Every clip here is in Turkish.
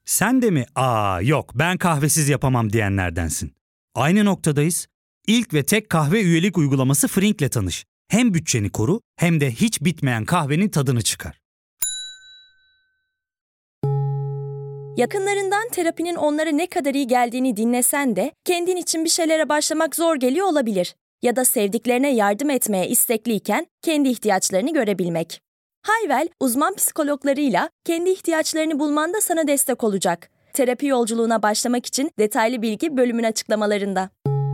Sen de mi yok ben kahvesiz yapamam diyenlerdensin? Aynı noktadayız. İlk ve tek kahve üyelik uygulaması Frink'le tanış. Hem bütçeni koru hem de hiç bitmeyen kahvenin tadını çıkar. Yakınlarından terapinin onlara ne kadar iyi geldiğini dinlesen de kendin için bir şeylere başlamak zor geliyor olabilir. Ya da sevdiklerine yardım etmeye istekliyken kendi ihtiyaçlarını görebilmek. Hayvel, uzman psikologlarıyla kendi ihtiyaçlarını bulmanda sana destek olacak. Terapi yolculuğuna başlamak için detaylı bilgi bölümün açıklamalarında.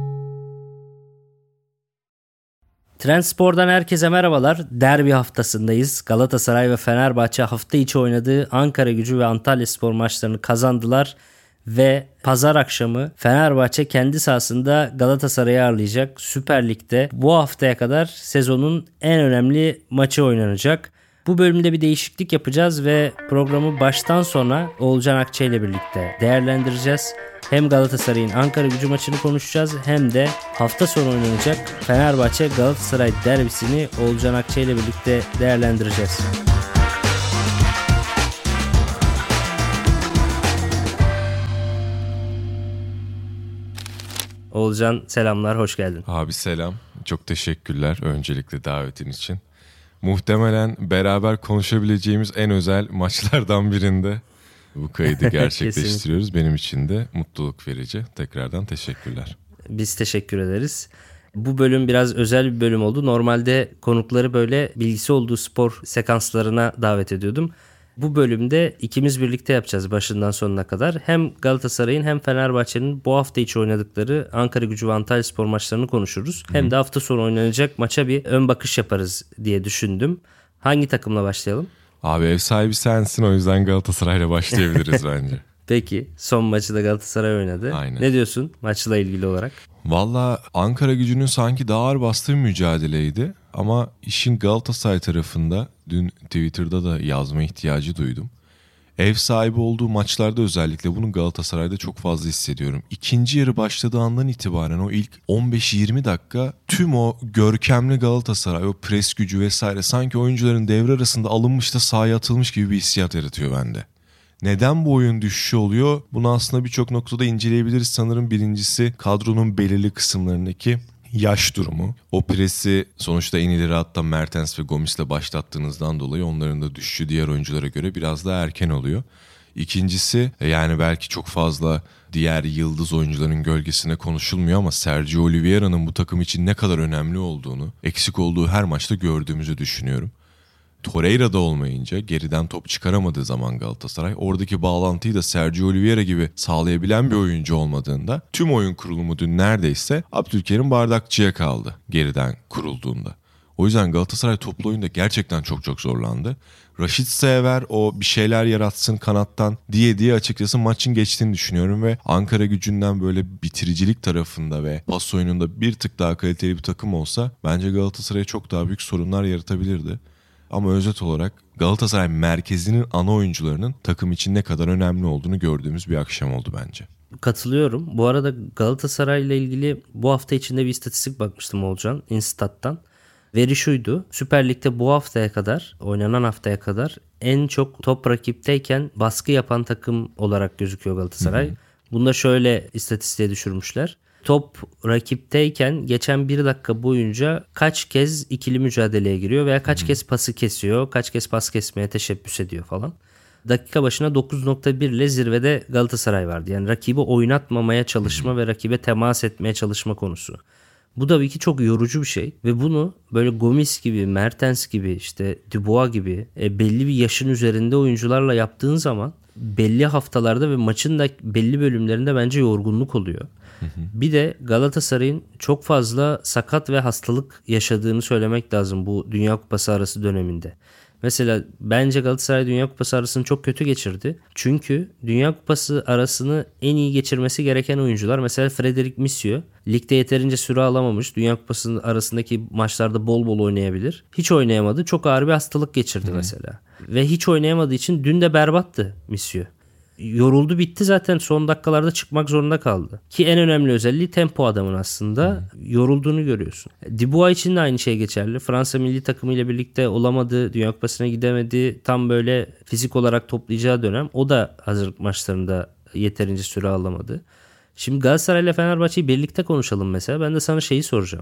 Trendspor'dan herkese merhabalar. Derbi haftasındayız. Galatasaray ve Fenerbahçe hafta içi oynadığı Ankaragücü ve Antalyaspor maçlarını kazandılar. Ve pazar akşamı Fenerbahçe kendi sahasında Galatasaray'ı ağırlayacak. Süper Lig'de bu haftaya kadar sezonun en önemli maçı oynanacak. Bu bölümde bir değişiklik yapacağız ve programı baştan sona Oğulcan Akçay ile birlikte değerlendireceğiz. Hem Galatasaray'ın Ankaragücü maçını konuşacağız hem de hafta sonu oynanacak Fenerbahçe Galatasaray derbisini Oğulcan Akçay ile birlikte değerlendireceğiz. Oğulcan selamlar, hoş geldin. Abi selam, çok teşekkürler öncelikle davetin için. Muhtemelen beraber konuşabileceğimiz en özel maçlardan birinde bu kaydı gerçekleştiriyoruz. Benim için de mutluluk verici. Tekrardan teşekkürler. Biz teşekkür ederiz. Bu bölüm biraz özel bir bölüm oldu. Normalde konukları böyle bilgisi olduğu spor sekanslarına davet ediyordum. Bu bölümde ikimiz birlikte yapacağız başından sonuna kadar. Hem Galatasaray'ın hem Fenerbahçe'nin bu hafta içi oynadıkları Ankaragücü ve Antalyaspor maçlarını konuşuruz. Hem de hafta sonu oynanacak maça bir ön bakış yaparız diye düşündüm. Hangi takımla başlayalım? Abi ev sahibi sensin, o yüzden Galatasaray'la başlayabiliriz bence. Peki, son maçı da Galatasaray oynadı. Aynen. Ne diyorsun maçla ilgili olarak? Valla Ankaragücü'nün sanki daha ağır bastığı bir mücadeleydi. Ama işin Galatasaray tarafında dün Twitter'da da yazma ihtiyacı duydum. Ev sahibi olduğu maçlarda özellikle bunu Galatasaray'da çok fazla hissediyorum. İkinci yarı başladığı andan itibaren o ilk 15-20 dakika tüm o görkemli Galatasaray, o pres gücü vesaire sanki oyuncuların devre arasında alınmış da sahaya atılmış gibi bir hissiyat yaratıyor bende. Neden bu oyun düşüşü oluyor? Bunu aslında birçok noktada inceleyebiliriz. Sanırım birincisi kadronun belirli kısımlarındaki yaş durumu. O presi sonuçta en ileri hatta Mertens ve Gomis'le başlattığınızdan dolayı onların da düşüşü diğer oyunculara göre biraz daha erken oluyor. İkincisi yani belki çok fazla diğer yıldız oyuncuların gölgesine konuşulmuyor ama Sergio Oliveira'nın bu takım için ne kadar önemli olduğunu, eksik olduğu her maçta gördüğümüzü düşünüyorum. Torreira da olmayınca, geriden top çıkaramadığı zaman Galatasaray oradaki bağlantıyı da Sergio Oliveira gibi sağlayabilen bir oyuncu olmadığında tüm oyun kurulumu dün neredeyse Abdülkerim Bardakçı'ya kaldı geriden kurulduğunda. O yüzden Galatasaray toplu oyunda gerçekten çok zorlandı. Raşit Sever o bir şeyler yaratsın kanattan diye açıkçası maçın geçtiğini düşünüyorum ve Ankaragücü'nden böyle bitiricilik tarafında ve pas oyununda bir tık daha kaliteli bir takım olsa bence Galatasaray'a çok daha büyük sorunlar yaratabilirdi. Ama özet olarak Galatasaray merkezinin ana oyuncularının takım için ne kadar önemli olduğunu gördüğümüz bir akşam oldu bence. Katılıyorum. Bu arada Galatasaray ile ilgili bu hafta içinde bir istatistik bakmıştım Olcan Instat'tan. Veri şuydu: Süper Lig'de bu haftaya kadar, oynanan haftaya kadar en çok top rakipteyken baskı yapan takım olarak gözüküyor Galatasaray. Bunu da şöyle istatistiğe düşürmüşler. Top rakipteyken geçen 1 dakika boyunca kaç kez ikili mücadeleye giriyor veya kaç kez pası kesiyor, kaç kez pas kesmeye teşebbüs ediyor falan. Dakika başına 9.1 ile zirvede Galatasaray vardı. Yani rakibi oynatmamaya çalışma ve rakibe temas etmeye çalışma konusu. Bu tabii ki çok yorucu bir şey ve bunu böyle Gomis gibi, Mertens gibi, işte Dubois gibi belli bir yaşın üzerinde oyuncularla yaptığın zaman belli haftalarda ve maçın da belli bölümlerinde bence yorgunluk oluyor. Bir de Galatasaray'ın çok fazla sakat ve hastalık yaşadığını söylemek lazım bu Dünya Kupası arası döneminde. Mesela bence Galatasaray Dünya Kupası arasını çok kötü geçirdi. Çünkü Dünya Kupası arasını en iyi geçirmesi gereken oyuncular, mesela Frederic Misio ligde yeterince süre alamamış. Dünya Kupası arasındaki maçlarda bol oynayabilir. Hiç oynayamadı. Çok ağır bir hastalık geçirdi mesela. Ve hiç oynayamadığı için dün de berbattı Misio. yoruldu bitti zaten, son dakikalarda çıkmak zorunda kaldı. Ki en önemli özelliği tempo adamın aslında. Yorulduğunu görüyorsun. Dubois için de aynı şey geçerli. Fransa milli takımıyla birlikte olamadı, Dünya Kupası'na gidemedi. Tam böyle fizik olarak toplayacağı dönem. O da hazırlık maçlarında yeterince süre alamadı. Şimdi Galatasaray ile Fenerbahçe'yi birlikte konuşalım mesela. Ben de sana şeyi soracağım.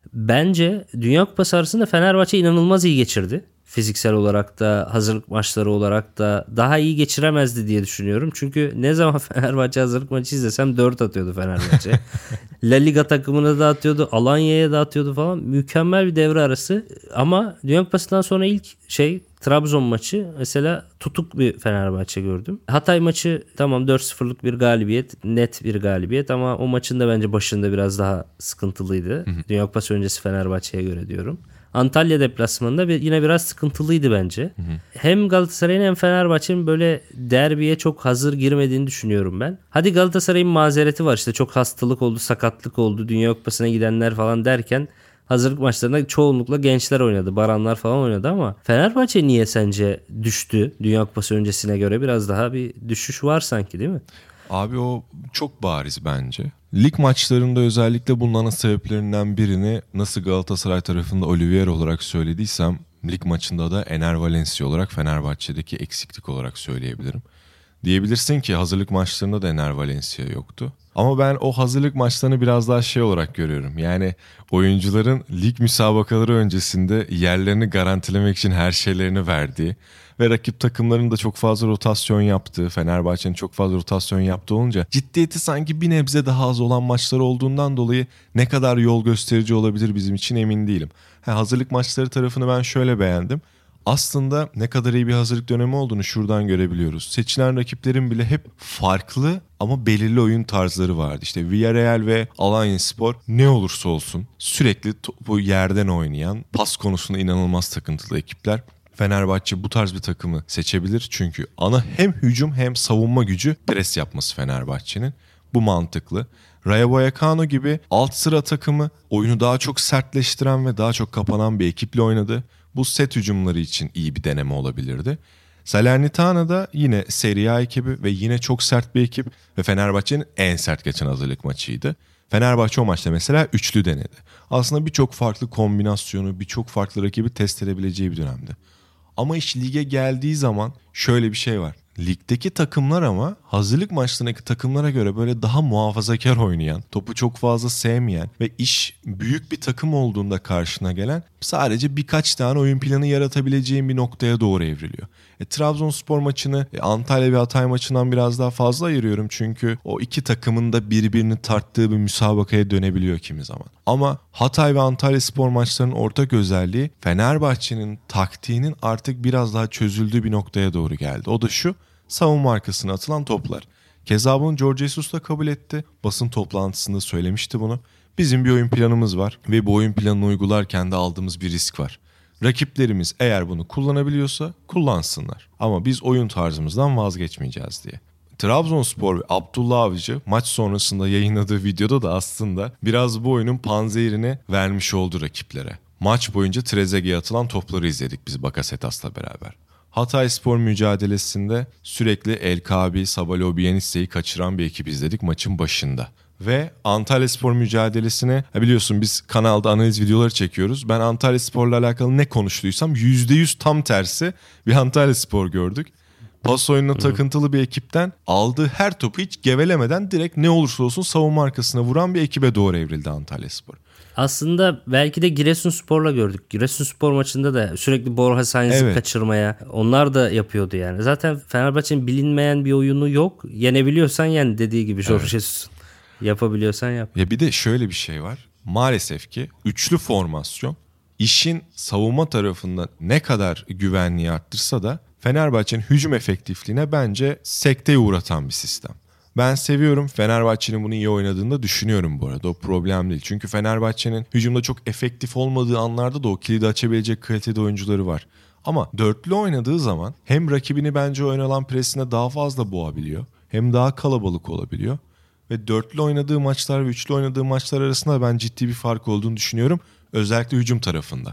Bence Dünya Kupası arasında Fenerbahçe inanılmaz iyi geçirdi. Fiziksel olarak da, hazırlık maçları olarak da daha iyi geçiremezdi diye düşünüyorum. Çünkü ne zaman Fenerbahçe hazırlık maçı izlesem 4 atıyordu Fenerbahçe. La Liga takımına da atıyordu, Alanya'ya da atıyordu falan. Mükemmel bir devre arası. Ama Dünya Kupası'ndan sonra ilk Trabzon maçı mesela tutuk bir Fenerbahçe gördüm. Hatay maçı tamam 4-0'lık bir galibiyet, net bir galibiyet ama o maçın da bence başında biraz daha sıkıntılıydı. Dünya Kupası öncesi Fenerbahçe'ye göre diyorum. Antalya deplasmanında yine biraz sıkıntılıydı bence. Hem Galatasaray'ın hem Fenerbahçe'nin böyle derbiye çok hazır girmediğini düşünüyorum ben. Hadi Galatasaray'ın mazereti var, işte çok hastalık oldu, sakatlık oldu, Dünya Kupası'na gidenler falan derken hazırlık maçlarında çoğunlukla gençler oynadı, baranlar falan oynadı ama Fenerbahçe niye sence düştü? Dünya Kupası öncesine göre biraz daha bir düşüş var sanki, değil mi? Abi o çok bariz bence. Lig maçlarında özellikle bunun ana sebeplerinden birini nasıl Galatasaray tarafında Olivier olarak söylediysem lig maçında da Ener Valencia olarak Fenerbahçe'deki eksiklik olarak söyleyebilirim. Diyebilirsin ki hazırlık maçlarında da Ener Valencia yoktu. Ama ben o hazırlık maçlarını biraz daha olarak görüyorum. Yani oyuncuların lig müsabakaları öncesinde yerlerini garantilemek için her şeylerini verdiği ve rakip takımların da çok fazla rotasyon yaptığı, Fenerbahçe'nin çok fazla rotasyon yaptığı olunca ciddiyeti sanki bir nebze daha az olan maçlar olduğundan dolayı ne kadar yol gösterici olabilir bizim için emin değilim. Hazırlık maçları tarafını ben şöyle beğendim. Aslında ne kadar iyi bir hazırlık dönemi olduğunu şuradan görebiliyoruz. Seçilen rakiplerin bile hep farklı ama belirli oyun tarzları vardı. İşte Villarreal ve Alanyaspor ne olursa olsun sürekli topu yerden oynayan, pas konusunda inanılmaz takıntılı ekipler. Fenerbahçe bu tarz bir takımı seçebilir. Çünkü ana hem hücum hem savunma gücü, pres yapması Fenerbahçe'nin. Bu mantıklı. Rayo Vallecano gibi alt sıra takımı oyunu daha çok sertleştiren ve daha çok kapanan bir ekiple oynadı. Bu set hücumları için iyi bir deneme olabilirdi. Salernitana da yine Serie A ekibi ve yine çok sert bir ekip ve Fenerbahçe'nin en sert geçen hazırlık maçıydı. Fenerbahçe o maçta mesela üçlü denedi. Aslında birçok farklı kombinasyonu, birçok farklı rakibi test edebileceği bir dönemdi. Ama iş lige geldiği zaman şöyle bir şey var. Ligdeki takımlar ama hazırlık maçlarındaki takımlara göre böyle daha muhafazakar oynayan, topu çok fazla sevmeyen ve iş büyük bir takım olduğunda karşına gelen sadece birkaç tane oyun planı yaratabileceğin bir noktaya doğru evriliyor. Trabzonspor maçını Antalya ve Hatay maçından biraz daha fazla ayırıyorum çünkü o iki takımın da birbirini tarttığı bir müsabakaya dönebiliyor kimi zaman. Ama Hatay ve Antalyaspor maçlarının ortak özelliği Fenerbahçe'nin taktiğinin artık biraz daha çözüldüğü bir noktaya doğru geldi. O da şu: savunma arkasına atılan toplar. Keza bunu Jorge Jesus da kabul etti. Basın toplantısında söylemişti bunu. Bizim bir oyun planımız var ve bu oyun planını uygularken de aldığımız bir risk var. Rakiplerimiz eğer bunu kullanabiliyorsa kullansınlar. Ama biz oyun tarzımızdan vazgeçmeyeceğiz diye. Trabzonspor ve Abdullah Avcı maç sonrasında yayınladığı videoda da aslında biraz bu oyunun panzehirini vermiş oldu rakiplere. Maç boyunca Trezeguet'e atılan topları izledik biz Bakasetas'la beraber. Hatayspor mücadelesinde sürekli El Kabi, Sabalo Bienitse'yi kaçıran bir ekip izledik maçın başında. Ve Antalyaspor mücadelesine biliyorsun biz kanalda analiz videoları çekiyoruz. Ben Antalyaspor'la alakalı ne konuştuysam %100 tam tersi bir Antalyaspor gördük. Pas oyununa takıntılı bir ekipten aldığı her topu hiç gevelemeden direkt ne olursa olsun savunma arkasına vuran bir ekibe doğru evrildi Antalyaspor. Aslında belki de Giresunspor'la gördük. Giresunspor maçında da sürekli Borja Sainz'i kaçırmaya onlar da yapıyordu yani. Zaten Fenerbahçe'nin bilinmeyen bir oyunu yok. Yenebiliyorsan yen dediği gibi Jorge Jesus'un. Yapabiliyorsan yap. Ya bir de şöyle bir şey var. Maalesef ki üçlü formasyon işin savunma tarafında ne kadar güvenliği arttırsa da Fenerbahçe'nin hücum efektifliğine bence sekteye uğratan bir sistem. Ben seviyorum. Fenerbahçe'nin bunu iyi oynadığını da düşünüyorum bu arada. O problem değil. Çünkü Fenerbahçe'nin hücumda çok efektif olmadığı anlarda da o kilidi açabilecek kalitede oyuncuları var. Ama dörtlü oynadığı zaman hem rakibini bence ön alan presine daha fazla boğabiliyor, hem daha kalabalık olabiliyor. Ve dörtlü oynadığı maçlar ve üçlü oynadığı maçlar arasında ben ciddi bir fark olduğunu düşünüyorum. Özellikle hücum tarafında.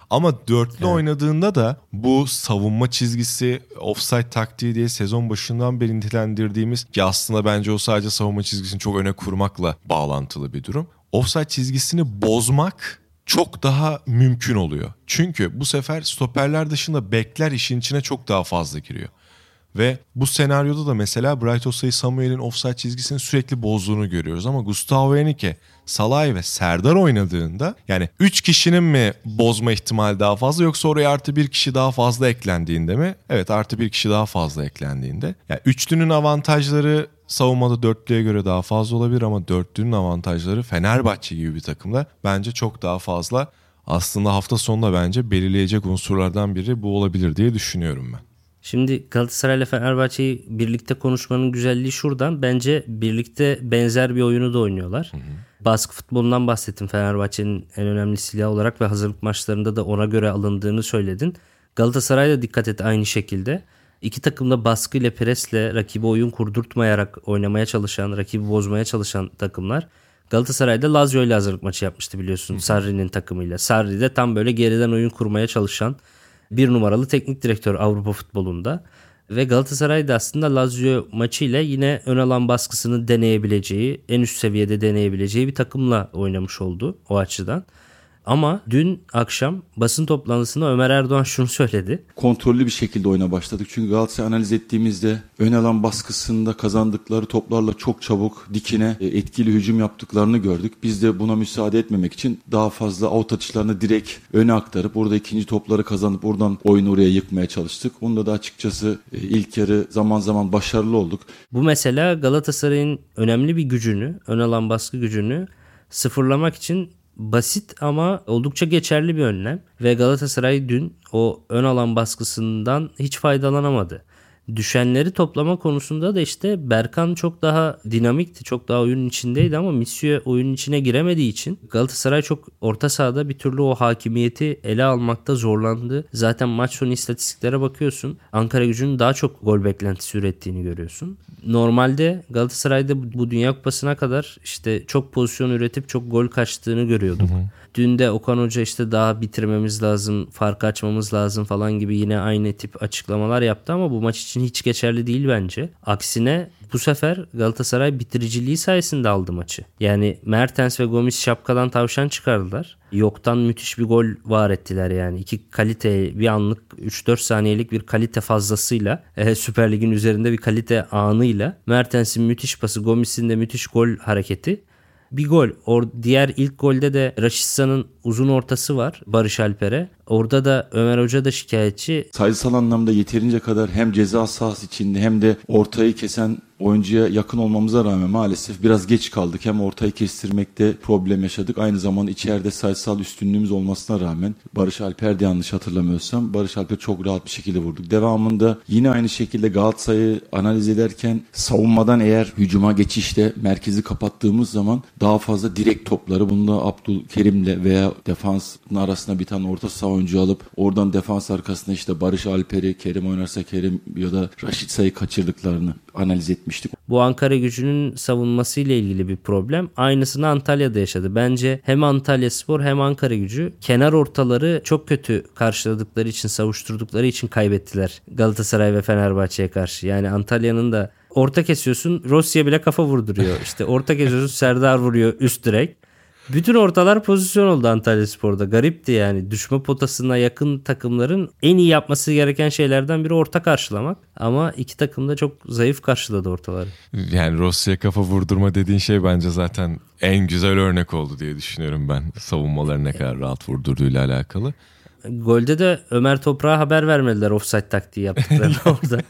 Ama dörtlü oynadığında da bu savunma çizgisi, offside taktiği diye sezon başından beri nitelendirdiğimiz, ki aslında bence o sadece savunma çizgisini çok öne kurmakla bağlantılı bir durum. Offside çizgisini bozmak çok daha mümkün oluyor. Çünkü bu sefer stoperler dışında bekler işin içine çok daha fazla giriyor. Ve bu senaryoda da mesela Bright Osayi-Samuel'in offside çizgisini sürekli bozduğunu görüyoruz. Ama Gustavo Henrique, Salah'ı ve Serdar oynadığında, yani 3 kişinin mi bozma ihtimali daha fazla, yoksa oraya artı bir kişi daha fazla eklendiğinde mi? Evet, artı bir kişi daha fazla eklendiğinde. Yani üçlünün avantajları savunmada dörtlüye göre daha fazla olabilir ama dörtlünün avantajları Fenerbahçe gibi bir takımda bence çok daha fazla. Aslında hafta sonunda bence belirleyecek unsurlardan biri bu olabilir diye düşünüyorum ben. Şimdi Galatasaray ile Fenerbahçe'yi birlikte konuşmanın güzelliği şuradan. Bence birlikte benzer bir oyunu da oynuyorlar. Baskı futbolundan bahsettim, Fenerbahçe'nin en önemli silahı olarak ve hazırlık maçlarında da ona göre alındığını söyledin. Galatasaray da dikkat et aynı şekilde. İki takım da baskı ile presle rakibi oyun kurdurtmayarak oynamaya çalışan, rakibi bozmaya çalışan takımlar. Galatasaray'da Lazio ile hazırlık maçı yapmıştı biliyorsun, Sarri'nin takımıyla. Sarri de tam böyle geriden oyun kurmaya çalışan bir numaralı teknik direktör Avrupa futbolunda. Ve Galatasaray da aslında Lazio maçıyla yine ön alan baskısını deneyebileceği, en üst seviyede deneyebileceği bir takımla oynamış oldu o açıdan. Ama dün akşam basın toplantısında Ömer Erdoğan şunu söyledi. Kontrollü bir şekilde oyuna başladık. Çünkü Galatasaray analiz ettiğimizde ön alan baskısında kazandıkları toplarla çok çabuk dikine etkili hücum yaptıklarını gördük. Biz de buna müsaade etmemek için daha fazla out atışlarını direkt öne aktarıp orada ikinci topları kazanıp oradan oyunu oraya yıkmaya çalıştık. Bunda da açıkçası ilk yarı zaman zaman başarılı olduk. Bu mesela Galatasaray'ın önemli bir gücünü, ön alan baskı gücünü sıfırlamak için basit ama oldukça geçerli bir önlem. Ve Galatasaray dün o ön alan baskısından hiç faydalanamadı. Düşenleri toplama konusunda da işte Berkan çok daha dinamikti, çok daha oyunun içindeydi ama Misio oyunun içine giremediği için Galatasaray çok orta sahada bir türlü o hakimiyeti ele almakta zorlandı. Zaten maç sonu istatistiklere bakıyorsun, Ankaragücü'nün daha çok gol beklentisi ürettiğini görüyorsun. Normalde Galatasaray'da bu Dünya Kupası'na kadar işte çok pozisyon üretip çok gol kaçtığını görüyorduk. Dün de Okan Hoca işte daha bitirmemiz lazım, farkı açmamız lazım falan gibi yine aynı tip açıklamalar yaptı ama bu maç için hiç geçerli değil bence. Aksine bu sefer Galatasaray bitiriciliği sayesinde aldı maçı. Yani Mertens ve Gomis şapkadan tavşan çıkardılar. Yoktan müthiş bir gol var ettiler yani. İki kalite, bir anlık 3-4 saniyelik bir kalite fazlasıyla Süper Lig'in üzerinde bir kalite anıyla Mertens'in müthiş pası, Gomis'in de müthiş gol hareketi. Bir gol. Diğer ilk golde de Raşitsa'nın uzun ortası var Barış Alper'e. Orada da Ömer Hoca da şikayetçi. Sayısal anlamda yeterince kadar hem ceza sahası içinde hem de ortayı kesen oyuncuya yakın olmamıza rağmen maalesef biraz geç kaldık. Hem ortayı kestirmekte problem yaşadık. Aynı zamanda içeride sayısal üstünlüğümüz olmasına rağmen Barış Alper de yanlış hatırlamıyorsam Barış Alper çok rahat bir şekilde vurduk. Devamında yine aynı şekilde Galatasaray'ı analiz ederken savunmadan eğer hücuma geçişte merkezi kapattığımız zaman daha fazla direkt topları, bunda Abdülkerim'le veya defansın arasına bir tane orta saha oyuncu alıp oradan defans arkasına işte Barış Alper'i, Kerim oynarsa Kerim ya da Raşitsa'yı kaçırdıklarını analiz etmiştik. Bu Ankaragücü'nün savunmasıyla ilgili bir problem. Aynısını Antalya'da yaşadı. Bence hem Antalyaspor hem Ankaragücü kenar ortaları çok kötü karşıladıkları için, savuşturdukları için kaybettiler Galatasaray ve Fenerbahçe'ye karşı. Yani Antalya'nın da orta kesiyorsun, Rossi'ye bile kafa vurduruyor. İşte orta kesiyorsun, Serdar vuruyor üst direk. Bütün ortalar pozisyon oldu Antalyaspor'da. Garipti yani. Düşme potasına yakın takımların en iyi yapması gereken şeylerden biri orta karşılamak. Ama iki takım da çok zayıf karşıladı ortaları. Yani Rossi'ye kafa vurdurma dediğin şey bence zaten en güzel örnek oldu diye düşünüyorum ben. Savunmaları ne kadar rahat vurdurduğuyla alakalı. Golde de Ömer Toprak'a haber vermediler offside taktiği yaptıklarını orada.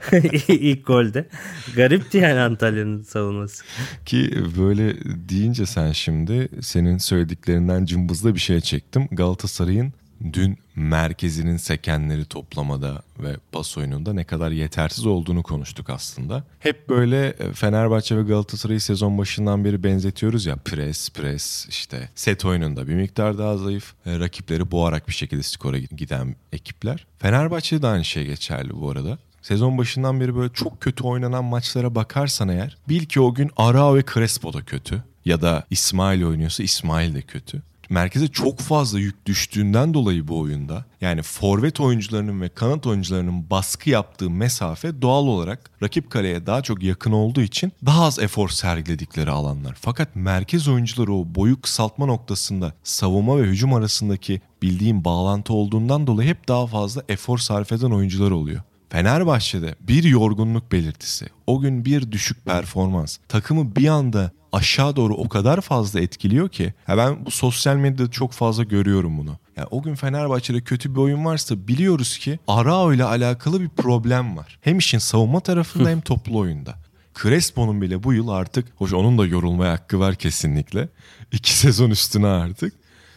İlk golde. Garipti yani Antalya'nın savunması. Ki böyle deyince sen şimdi senin söylediklerinden cımbızla bir şey çektim. Galatasaray'ın dün merkezinin sekenleri toplamada ve pas oyununda ne kadar yetersiz olduğunu konuştuk aslında. Hep böyle Fenerbahçe ve Galatasaray'ı sezon başından beri benzetiyoruz ya, pres işte set oyununda bir miktar daha zayıf, rakipleri boğarak bir şekilde skora giden ekipler. Fenerbahçe'de de aynı şey geçerli bu arada. Sezon başından beri böyle çok kötü oynanan maçlara bakarsan eğer, bil ki o gün Arao ve Crespo da kötü ya da İsmail oynuyorsa İsmail de kötü. merkeze çok fazla yük düştüğünden dolayı bu oyunda, yani forvet oyuncularının ve kanat oyuncularının baskı yaptığı mesafe doğal olarak rakip kaleye daha çok yakın olduğu için daha az efor sergiledikleri alanlar. Fakat merkez oyuncuları o boyu kısaltma noktasında savunma ve hücum arasındaki bildiğim bağlantı olduğundan dolayı hep daha fazla efor sarf eden oyuncular oluyor. Fenerbahçe'de bir yorgunluk belirtisi, o gün bir düşük performans takımı bir anda aşağı doğru o kadar fazla etkiliyor ki, ben bu sosyal medyada çok fazla görüyorum bunu. Yani o gün Fenerbahçe'de kötü bir oyun varsa biliyoruz ki Arao ile alakalı bir problem var. Hem işin savunma tarafında hem toplu oyunda. Crespo'nun bile bu yıl artık, hoş onun da yorulmaya hakkı var kesinlikle. 2 sezon üstüne artık.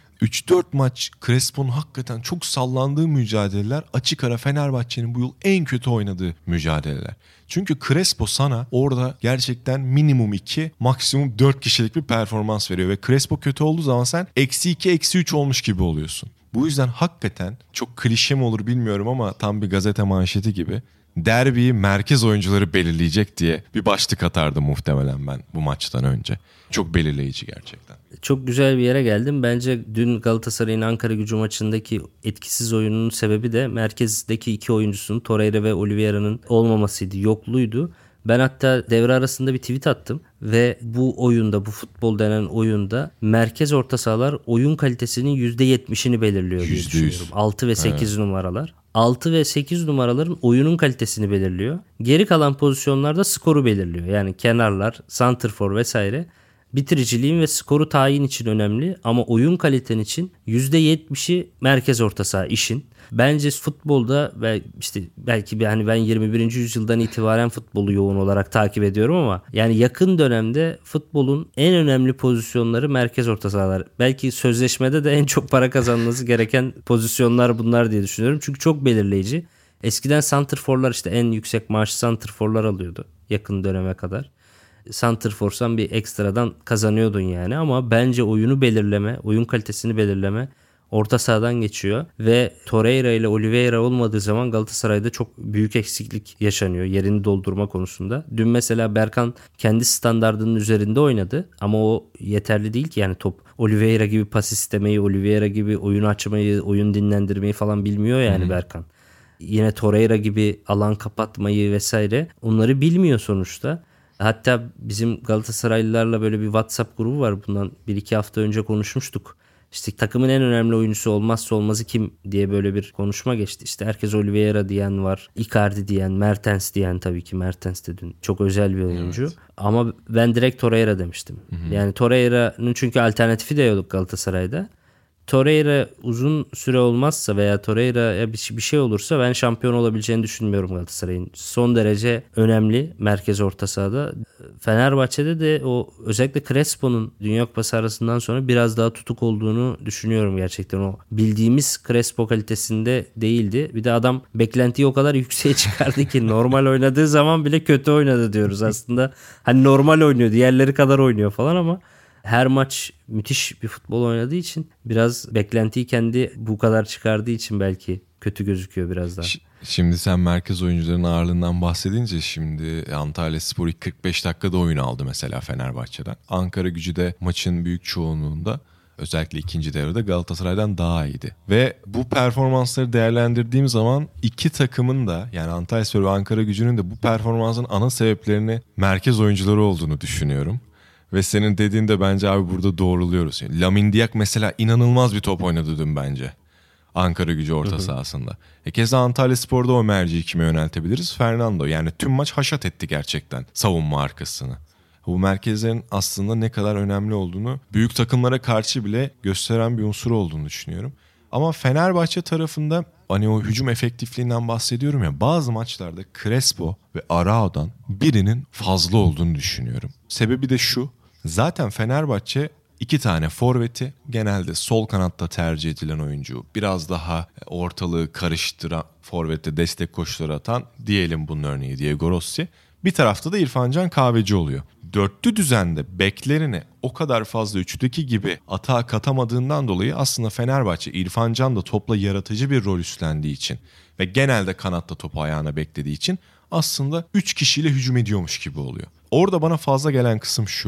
3-4 maç Crespo'nun hakikaten çok sallandığı mücadeleler, açık ara Fenerbahçe'nin bu yıl en kötü oynadığı mücadeleler. Çünkü Crespo sana orada gerçekten minimum 2, maksimum 4 kişilik bir performans veriyor. Ve Crespo kötü olduğu zaman sen -2, -3 olmuş gibi oluyorsun. Bu yüzden hakikaten çok klişe mi olur bilmiyorum ama tam bir gazete manşeti gibi, derbiyi merkez oyuncuları belirleyecek diye bir başlık atardım muhtemelen ben bu maçtan önce. Çok belirleyici gerçekten. Çok güzel bir yere geldim. Bence dün Galatasaray'ın Ankara-Gücü maçındaki etkisiz oyununun sebebi de merkezdeki 2 oyuncusunun, Torreira ve Oliveira'nın olmamasıydı, yokluğuydu. Ben hatta devre arasında bir tweet attım ve bu oyunda, bu futbol denen oyunda merkez orta sahalar oyun kalitesinin %70'ini belirliyor diye düşünüyorum. 6 ve 8 numaralar. 6 ve 8 numaraların oyunun kalitesini belirliyor. Geri kalan pozisyonlarda skoru belirliyor. Yani kenarlar, santrfor vesaire bitiriciliğin ve skoru tayin için önemli ama oyun kaliten için %70'i merkez orta saha işin. Bence futbolda ve işte belki ben 21. yüzyıldan itibaren futbolu yoğun olarak takip ediyorum ama yani yakın dönemde futbolun en önemli pozisyonları merkez orta sahalar. Belki sözleşmede de en çok para kazanması gereken pozisyonlar bunlar diye düşünüyorum. Çünkü çok belirleyici. Eskiden santrforlar işte en yüksek maaşı santrforlar alıyordu yakın döneme kadar. Santrforsan bir ekstradan kazanıyordun yani ama bence oyunu belirleme, oyun kalitesini belirleme orta sahadan geçiyor ve Torreira ile Oliveira olmadığı zaman Galatasaray'da çok büyük eksiklik yaşanıyor yerini doldurma konusunda. Dün mesela Berkan kendi standardının üzerinde oynadı ama o yeterli değil ki, yani top Oliveira gibi pas istemeyi, Oliveira gibi oyunu açmayı, oyun dinlendirmeyi falan bilmiyor yani Berkan. Yine Torreira gibi alan kapatmayı vesaire onları bilmiyor sonuçta. Hatta bizim Galatasaraylılarla böyle bir WhatsApp grubu var. Bundan 1-2 hafta önce konuşmuştuk. İşte takımın en önemli oyuncusu olmazsa olmazı kim diye böyle bir konuşma geçti. İşte herkes Oliveira diyen var. Icardi diyen, Mertens diyen, tabii ki Mertens de dün çok özel bir oyuncu. Evet. Ama ben direkt Torreira demiştim. Hı-hı. Yani Torreira'nın çünkü alternatifi de yok Galatasaray'da. Torreira uzun süre olmazsa veya Torreira'ya bir şey olursa ben şampiyon olabileceğini düşünmüyorum Galatasaray'ın. Son derece önemli merkez orta sahada. Fenerbahçe'de de o özellikle Crespo'nun Dünya Kupası arasından sonra biraz daha tutuk olduğunu düşünüyorum gerçekten. O bildiğimiz Crespo kalitesinde değildi. Bir de adam beklentiyi o kadar yükseğe çıkardı ki normal oynadığı zaman bile kötü oynadı diyoruz aslında. Hani normal oynuyor, diğerleri kadar oynuyor falan ama her maç müthiş bir futbol oynadığı için biraz beklentiyi kendi bu kadar çıkardığı için belki kötü gözüküyor biraz daha. Şimdi sen merkez oyuncuların ağırlığından bahsedince şimdi Antalyaspor ilk 45 dakikada oyun aldı mesela Fenerbahçe'den. Ankara-Gücü de maçın büyük çoğunluğunda özellikle ikinci devrede Galatasaray'dan daha iyiydi. Ve bu performansları değerlendirdiğim zaman iki takımın da, yani Antalyaspor ve Ankara-Gücü'nün de bu performansın ana sebeplerini merkez oyuncuları olduğunu düşünüyorum. Ve senin dediğin de bence abi burada doğruluyoruz. Yani Lamine Diack mesela inanılmaz bir top oynadı dün bence. Ankara-Gücü orta sahasında. Keza Antalyaspor'da o merciyi kime yöneltebiliriz? Fernando. Yani tüm maç haşat etti gerçekten savunma arkasını. Bu merkezlerin aslında ne kadar önemli olduğunu büyük takımlara karşı bile gösteren bir unsur olduğunu düşünüyorum. Ama Fenerbahçe tarafında hani o hücum efektifliğinden bahsediyorum ya, bazı maçlarda Crespo ve Arao'dan birinin fazla olduğunu düşünüyorum. Sebebi de şu: zaten Fenerbahçe 2 tane forveti, genelde sol kanatta tercih edilen oyuncu, biraz daha ortalığı karıştıran, forvette destek koşuları atan, diyelim bunun örneği Diego Rossi. Bir tarafta da İrfan Can Kahveci oluyor. Dörtlü düzende beklerini o kadar fazla üçlüdeki gibi atağa katamadığından dolayı aslında Fenerbahçe, İrfan Can da topla yaratıcı bir rol üstlendiği için ve genelde kanatta topu ayağına beklediği için aslında 3 kişiyle hücum ediyormuş gibi oluyor. Orada bana fazla gelen kısım şu: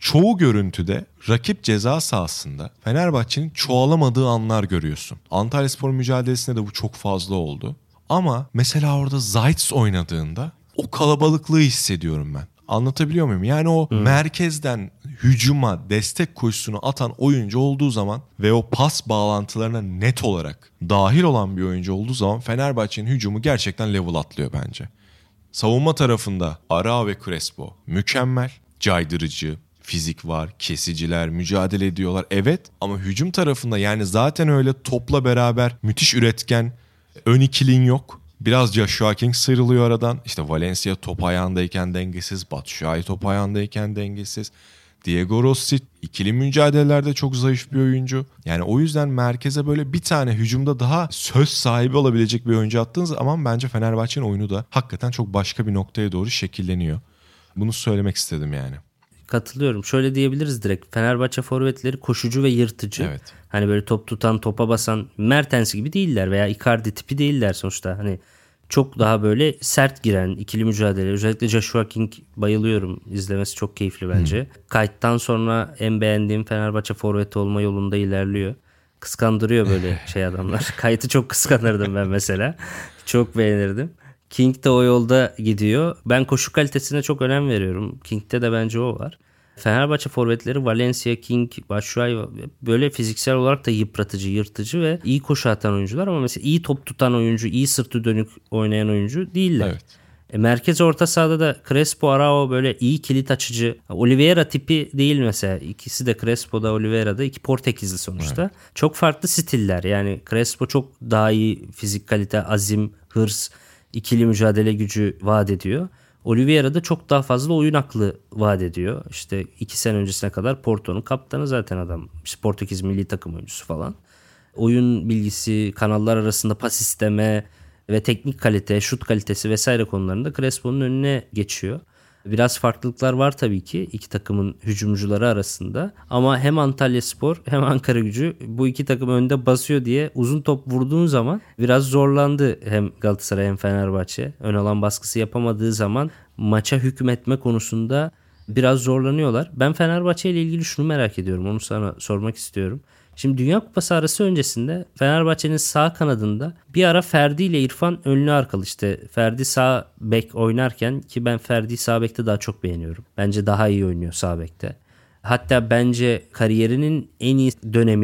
çoğu görüntüde rakip ceza sahasında Fenerbahçe'nin çoğalamadığı anlar görüyorsun. Antalyaspor mücadelesinde de bu çok fazla oldu. Ama mesela orada Zayt oynadığında o kalabalıklığı hissediyorum ben. Anlatabiliyor muyum? Yani o merkezden hücuma destek koşusunu atan oyuncu olduğu zaman ve o pas bağlantılarına net olarak dahil olan bir oyuncu olduğu zaman Fenerbahçe'nin hücumu gerçekten level atlıyor bence. Savunma tarafında Arao ve Crespo mükemmel, caydırıcı, fizik var, kesiciler, mücadele ediyorlar. Evet, ama hücum tarafında yani zaten öyle topla beraber müthiş üretken ön ikilin yok. Biraz Joshua King sıyrılıyor aradan. İşte Valencia top ayağındayken dengesiz, Batshuayi top ayağındayken dengesiz. Diego Rossi ikili mücadelelerde çok zayıf bir oyuncu. Yani o yüzden merkeze böyle bir tane hücumda daha söz sahibi olabilecek bir oyuncu attığınız zaman bence Fenerbahçe'nin oyunu da hakikaten çok başka bir noktaya doğru şekilleniyor. Bunu söylemek istedim yani. Katılıyorum. Şöyle diyebiliriz direkt. Fenerbahçe forvetleri koşucu ve yırtıcı. Evet. Hani böyle top tutan, topa basan Mertens gibi değiller veya Icardi tipi değiller sonuçta. Hani çok daha böyle sert giren ikili mücadele. Özellikle Joshua King bayılıyorum. İzlemesi çok keyifli bence. Kayıttan sonra en beğendiğim Fenerbahçe forveti olma yolunda ilerliyor. Kıskandırıyor böyle adamlar. Kayıt'ı çok kıskanırdım ben mesela. Çok beğenirdim. King de o yolda gidiyor. Ben koşu kalitesine çok önem veriyorum. King'de de bence o var. Fenerbahçe forvetleri Valencia, King, Batshuayi böyle fiziksel olarak da yıpratıcı, yırtıcı ve iyi koşu atan oyuncular ama mesela iyi top tutan oyuncu, iyi sırtı dönük oynayan oyuncu değiller. Evet. Merkez orta sahada da Crespo, Arao böyle iyi kilit açıcı. Oliveira tipi değil mesela. İkisi de Crespo'da, Oliveira'da iki Portekizli sonuçta. Evet. Çok farklı stiller. Yani Crespo çok daha iyi fizik kalite, azim, hırs, ikili mücadele gücü vaat ediyor. Oliveira da çok daha fazla oyun aklı vaat ediyor. İşte 2 sene öncesine kadar Porto'nun kaptanı zaten adam. İşte Portekiz milli takım oyuncusu falan. Oyun bilgisi, kanallar arasında pas isteme ve teknik kalite, şut kalitesi vesaire konularında Crespo'nun önüne geçiyor. Biraz farklılıklar var tabii ki iki takımın hücumcuları arasında. Ama hem Antalyaspor hem Ankaragücü bu iki takım önde basıyor diye uzun top vurduğun zaman biraz zorlandı hem Galatasaray hem Fenerbahçe. Ön alan baskısı yapamadığı zaman maça hükmetme konusunda biraz zorlanıyorlar. Ben Fenerbahçe ile ilgili şunu merak ediyorum. Onu sana sormak istiyorum. Şimdi Dünya Kupası arası öncesinde Fenerbahçe'nin sağ kanadında bir ara Ferdi ile İrfan önlü arkalı, işte Ferdi sağ bek oynarken, ki ben Ferdi'yi sağ bekte daha çok beğeniyorum. Bence daha iyi oynuyor sağ bekte. Hatta bence kariyerinin en iyi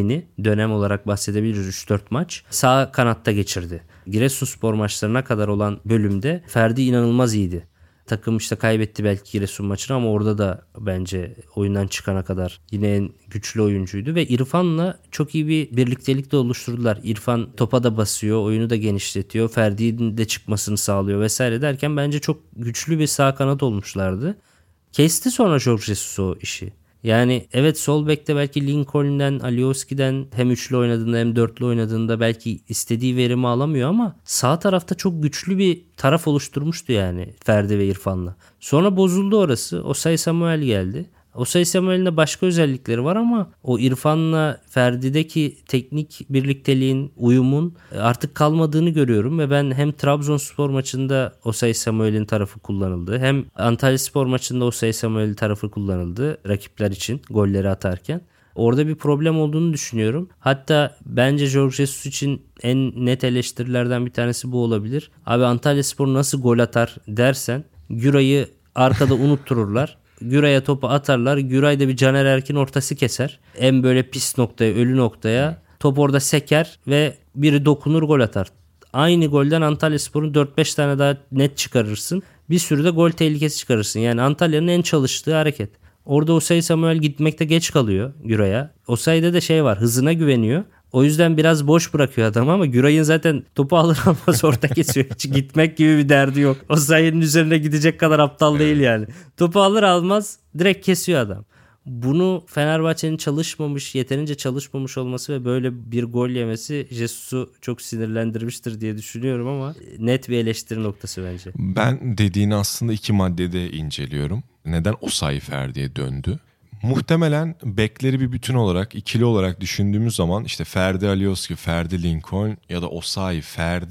dönem olarak bahsedebiliriz, 3-4 maç sağ kanatta geçirdi. Giresunspor maçlarına kadar olan bölümde Ferdi inanılmaz iyiydi. Takım işte kaybetti belki Giresun maçını ama orada da bence oyundan çıkana kadar yine en güçlü oyuncuydu ve İrfan'la çok iyi bir birliktelik de oluşturdular. İrfan topa da basıyor, oyunu da genişletiyor, Ferdi'nin de çıkmasını sağlıyor vesaire derken bence çok güçlü bir sağ kanat olmuşlardı. Kesti sonra Jorge Jesus o işi. Yani evet, sol bekte belki Lincoln'den, Alioski'den hem üçlü oynadığında hem dörtlü oynadığında belki istediği verimi alamıyor ama sağ tarafta çok güçlü bir taraf oluşturmuştu yani Ferdi ve İrfan'la. Sonra bozuldu orası. Osayi Samuel geldi. Osayi Samuel'in de başka özellikleri var ama o İrfan'la Ferdi'deki teknik birlikteliğin, uyumun artık kalmadığını görüyorum ve ben hem Trabzonspor maçında Osayi Samuel'in tarafı kullanıldı, hem Antalyaspor maçında Osayi Samuel'in tarafı kullanıldı rakipler için golleri atarken. Orada bir problem olduğunu düşünüyorum. Hatta bence Jorge Jesus için en net eleştirilerden bir tanesi bu olabilir. Abi Antalyaspor nasıl gol atar dersen, Güray'ı arkada unuttururlar. Güray'a topu atarlar. Güray da bir Caner Erkin ortası keser. En böyle pis noktaya, ölü noktaya. Top orada seker ve biri dokunur, gol atar. Aynı golden Antalyaspor'un 4-5 tane daha net çıkarırsın. Bir sürü de gol tehlikesi çıkarırsın. Yani Antalya'nın en çalıştığı hareket. Orada Osayi Samuel gitmekte geç kalıyor Güray'a. Osayi'de de var, hızına güveniyor. O yüzden biraz boş bırakıyor adam ama Güray'ın zaten topu alır almaz orta kesiyor. Hiç gitmek gibi bir derdi yok. Osayi'nin üzerine gidecek kadar aptal değil yani. Topu alır almaz direkt kesiyor adam. Bunu Fenerbahçe'nin yeterince çalışmamış olması ve böyle bir gol yemesi Jesus'u çok sinirlendirmiştir diye düşünüyorum ama net bir eleştiri noktası bence. Ben dediğini aslında 2 maddede inceliyorum. Neden Osayi Ferdi'ye döndü? Muhtemelen bekleri bir bütün olarak, ikili olarak düşündüğümüz zaman işte Ferdi Alioski, Ferdi Lincoln ya da Osayi Ferdi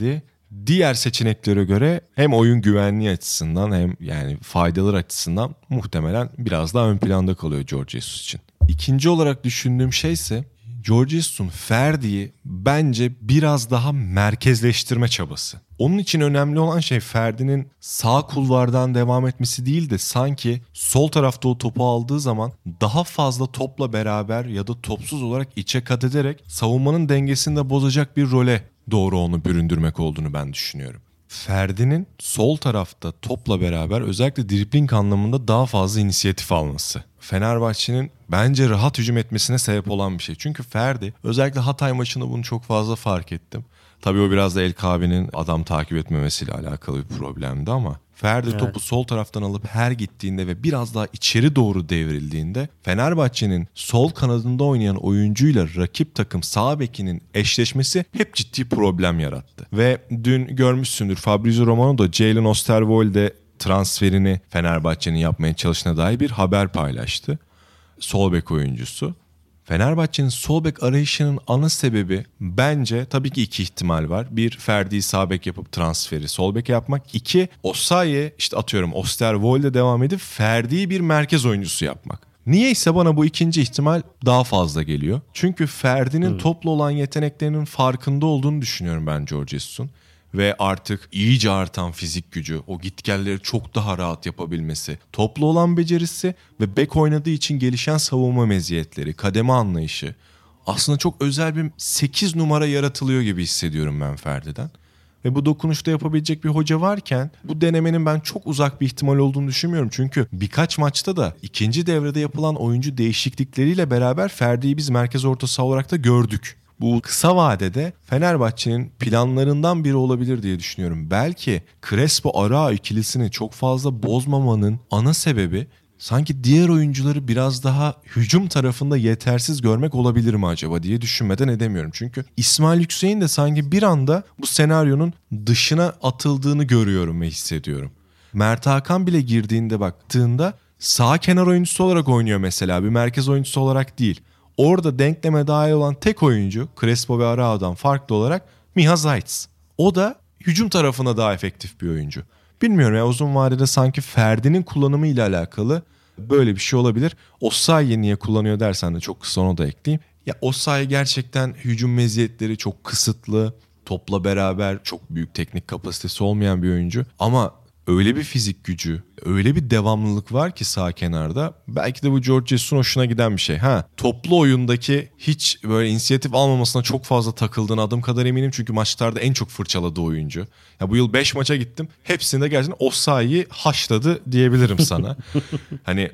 diğer seçeneklere göre hem oyun güvenliği açısından hem yani faydalar açısından muhtemelen biraz daha ön planda kalıyor George Jesus için. İkinci olarak düşündüğüm şey ise George Jesus'un Ferdi'yi bence biraz daha merkezleştirme çabası. Onun için önemli olan şey Ferdi'nin sağ kulvardan devam etmesi değil de sanki sol tarafta o topu aldığı zaman daha fazla topla beraber ya da topsuz olarak içe kat ederek savunmanın dengesini de bozacak bir role doğru onu büründürmek olduğunu ben düşünüyorum. Ferdi'nin sol tarafta topla beraber özellikle dribling anlamında daha fazla inisiyatif alması. Fenerbahçe'nin bence rahat hücum etmesine sebep olan bir şey. Çünkü Ferdi özellikle Hatay maçında bunu çok fazla fark ettim. Tabii o biraz da El Kabe'nin adam takip etmemesiyle alakalı bir problemdi ama Ferdi topu sol taraftan alıp her gittiğinde ve biraz daha içeri doğru devrildiğinde Fenerbahçe'nin sol kanadında oynayan oyuncuyla rakip takım sağ bekinin eşleşmesi hep ciddi problem yarattı. Ve dün görmüşsündür Fabrizio Romano da Jalen Osterwolde transferini Fenerbahçe'nin yapmaya çalıştığına dair bir haber paylaştı. Sol bek oyuncusu. Fenerbahçe'nin sol bek arayışının ana sebebi bence tabii ki iki ihtimal var. Bir, Ferdi'yi sağ bek yapıp transferi sol bek yapmak. İki, Osayi işte atıyorum Osterwolde devam edip Ferdi'yi bir merkez oyuncusu yapmak. Niyeyse bana bu ikinci ihtimal daha fazla geliyor. Çünkü Ferdi'nin topla olan yeteneklerinin farkında olduğunu düşünüyorum ben George Jesus'un. Ve artık iyice artan fizik gücü, o gitgelleri çok daha rahat yapabilmesi, toplu olan becerisi ve bek oynadığı için gelişen savunma meziyetleri, kademe anlayışı. Aslında çok özel bir 8 numara yaratılıyor gibi hissediyorum ben Ferdi'den. Ve bu dokunuşta yapabilecek bir hoca varken bu denemenin ben çok uzak bir ihtimal olduğunu düşünmüyorum. Çünkü birkaç maçta da ikinci devrede yapılan oyuncu değişiklikleriyle beraber Ferdi'yi biz merkez orta saha olarak da gördük. Bu kısa vadede Fenerbahçe'nin planlarından biri olabilir diye düşünüyorum. Belki Crespo-Arao ikilisini çok fazla bozmamanın ana sebebi sanki diğer oyuncuları biraz daha hücum tarafında yetersiz görmek olabilir mi acaba diye düşünmeden edemiyorum. Çünkü İsmail Yüksek'in de sanki bir anda bu senaryonun dışına atıldığını görüyorum ve hissediyorum. Mert Hakan bile girdiğinde baktığında sağ kenar oyuncusu olarak oynuyor mesela, bir merkez oyuncusu olarak değil. Orada denkleme dahil olan tek oyuncu Crespo ve Arao'dan farklı olarak Miha Zajc. O da hücum tarafına daha efektif bir oyuncu. Bilmiyorum ya, uzun vadede sanki Ferdi'nin kullanımı ile alakalı böyle bir şey olabilir. Osayi'yi niye kullanıyor dersen de çok kısa onu da ekleyeyim. Ya Osayi gerçekten hücum meziyetleri çok kısıtlı. Topla beraber çok büyük teknik kapasitesi olmayan bir oyuncu. Ama öyle bir fizik gücü, öyle bir devamlılık var ki sağ kenarda. Belki de bu George Jesus'un hoşuna giden bir şey. Toplu oyundaki hiç böyle inisiyatif almamasına çok fazla takıldığına adım kadar eminim. Çünkü maçlarda en çok fırçaladığı oyuncu. Ya bu yıl 5 maça gittim. Hepsinde gerçekten Osayi'yi haşladı diyebilirim sana. Hani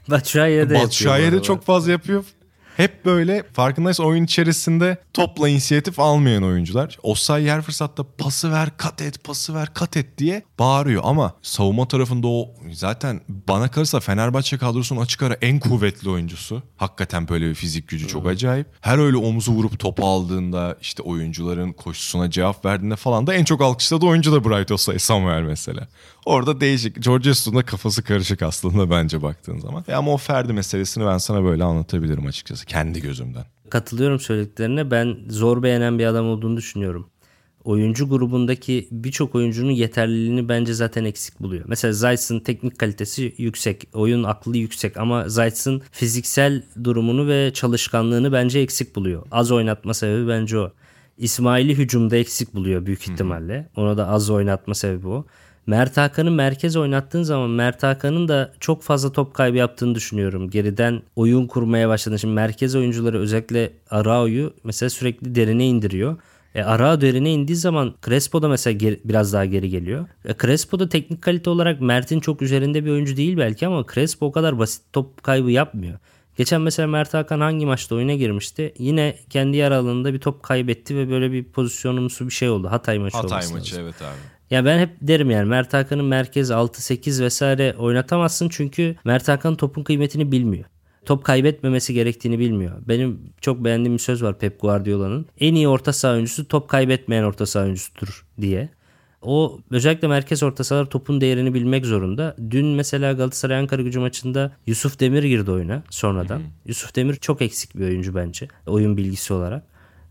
Batshuayi de çok fazla yapıyor. Hep böyle farkındaysan oyun içerisinde topla inisiyatif almayan oyuncular. Osayi her fırsatta pası ver, kat et, pası ver, kat et diye bağırıyor. Ama savunma tarafında o zaten bana kalırsa Fenerbahçe kadrosunun açık ara en kuvvetli oyuncusu. Hakikaten böyle bir fizik gücü çok acayip. Her öyle omuzu vurup topu aldığında işte oyuncuların koşusuna cevap verdiğinde falan da en çok alkışladığı oyuncu da Bright Osayi Samuel mesela. Orada değişik. George Jesus'un da kafası karışık aslında bence baktığın zaman. Ama o Ferdi meselesini ben sana böyle anlatabilirim açıkçası kendi gözümden. Katılıyorum söylediklerine. Ben zor beğenen bir adam olduğunu düşünüyorum. Oyuncu grubundaki birçok oyuncunun yeterliliğini bence zaten eksik buluyor. Mesela Zajc'ın teknik kalitesi yüksek, oyun aklı yüksek ama Zajc'ın fiziksel durumunu ve çalışkanlığını bence eksik buluyor. Az oynatma sebebi bence o. İsmail'i hücumda eksik buluyor büyük ihtimalle. Ona da az oynatma sebebi o. Mert Hakan'ı merkez oynattığın zaman Mert Hakan'ın da çok fazla top kaybı yaptığını düşünüyorum. Geriden oyun kurmaya başladı. Şimdi merkez oyuncuları özellikle Arao'yu mesela sürekli derine indiriyor. Arao derine indiği zaman Crespo da mesela biraz daha geri geliyor. Crespo da teknik kalite olarak Mert'in çok üzerinde bir oyuncu değil belki ama Crespo o kadar basit top kaybı yapmıyor. Geçen mesela Mert Hakan hangi maçta oyuna girmişti? Yine kendi yer alanında bir top kaybetti ve böyle bir pozisyonumsu bir şey oldu. Hatay maçı Evet abi. Ya ben hep derim yani Mert Hakan'ın merkez 6-8 vesaire oynatamazsın çünkü Mert Hakan topun kıymetini bilmiyor. Top kaybetmemesi gerektiğini bilmiyor. Benim çok beğendiğim bir söz var Pep Guardiola'nın. En iyi orta saha oyuncusu top kaybetmeyen orta saha oyuncusudur diye. O özellikle merkez orta sahalar topun değerini bilmek zorunda. Dün mesela Galatasaray Ankaragücü maçında Yusuf Demir girdi oyuna sonradan. Yusuf Demir çok eksik bir oyuncu bence oyun bilgisi olarak.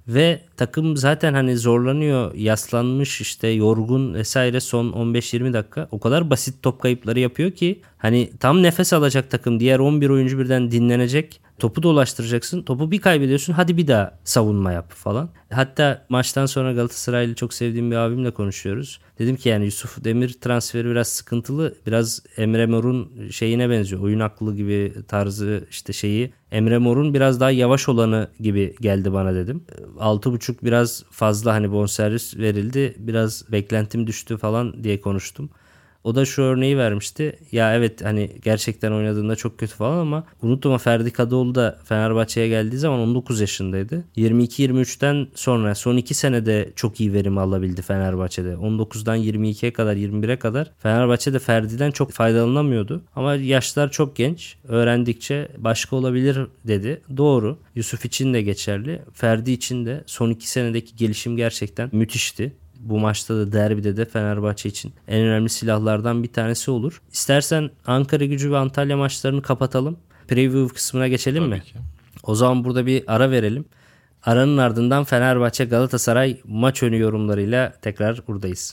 Ve takım zaten hani zorlanıyor, yaslanmış, işte yorgun vesaire, son 15-20 dakika o kadar basit top kayıpları yapıyor ki hani tam nefes alacak takım, diğer 11 oyuncu birden dinlenecek. Topu dolaştıracaksın. Topu bir kaybediyorsun. Hadi bir daha savunma yap falan. Hatta maçtan sonra Galatasaraylı çok sevdiğim bir abimle konuşuyoruz. Dedim ki yani Yusuf Demir transferi biraz sıkıntılı. Biraz Emre Mor'un şeyine benziyor. Oyun aklı gibi tarzı, işte şeyi. Emre Mor'un biraz daha yavaş olanı gibi geldi bana dedim. 6,5 biraz fazla, hani bonservis verildi. Biraz beklentim düştü falan diye konuştum. O da şu örneği vermişti. Ya evet, hani gerçekten oynadığında çok kötü falan ama unutma, Ferdi Kadıoğlu da Fenerbahçe'ye geldiği zaman 19 yaşındaydı. 22-23'ten sonra son 2 senede çok iyi verim alabildi Fenerbahçe'de. 19'dan 22'ye kadar, 21'e kadar Fenerbahçe'de Ferdi'den çok faydalanamıyordu. Ama yaşlar çok genç. Öğrendikçe başka olabilir dedi. Doğru. Yusuf için de geçerli. Ferdi için de son 2 senedeki gelişim gerçekten müthişti. Bu maçta da, derbide de Fenerbahçe için en önemli silahlardan bir tanesi olur. İstersen Ankaragücü ve Antalya maçlarını kapatalım. Preview kısmına geçelim mi? Ki. O zaman burada bir ara verelim. Aranın ardından Fenerbahçe Galatasaray maç önü yorumlarıyla tekrar buradayız.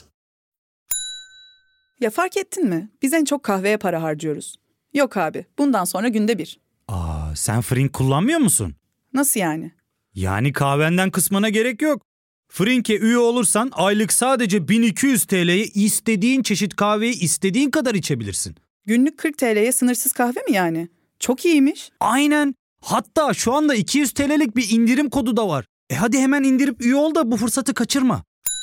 Ya fark ettin mi? Biz en çok kahveye para harcıyoruz. Yok abi, bundan sonra günde bir. Sen Frink kullanmıyor musun? Nasıl yani? Yani kahvenden kısmına gerek yok. Frink'e üye olursan aylık sadece 1200 TL'ye istediğin çeşit kahveyi istediğin kadar içebilirsin. Günlük 40 TL'ye sınırsız kahve mi yani? Çok iyiymiş. Aynen. Hatta şu anda 200 TL'lik bir indirim kodu da var. Hadi hemen indirip üye ol da bu fırsatı kaçırma.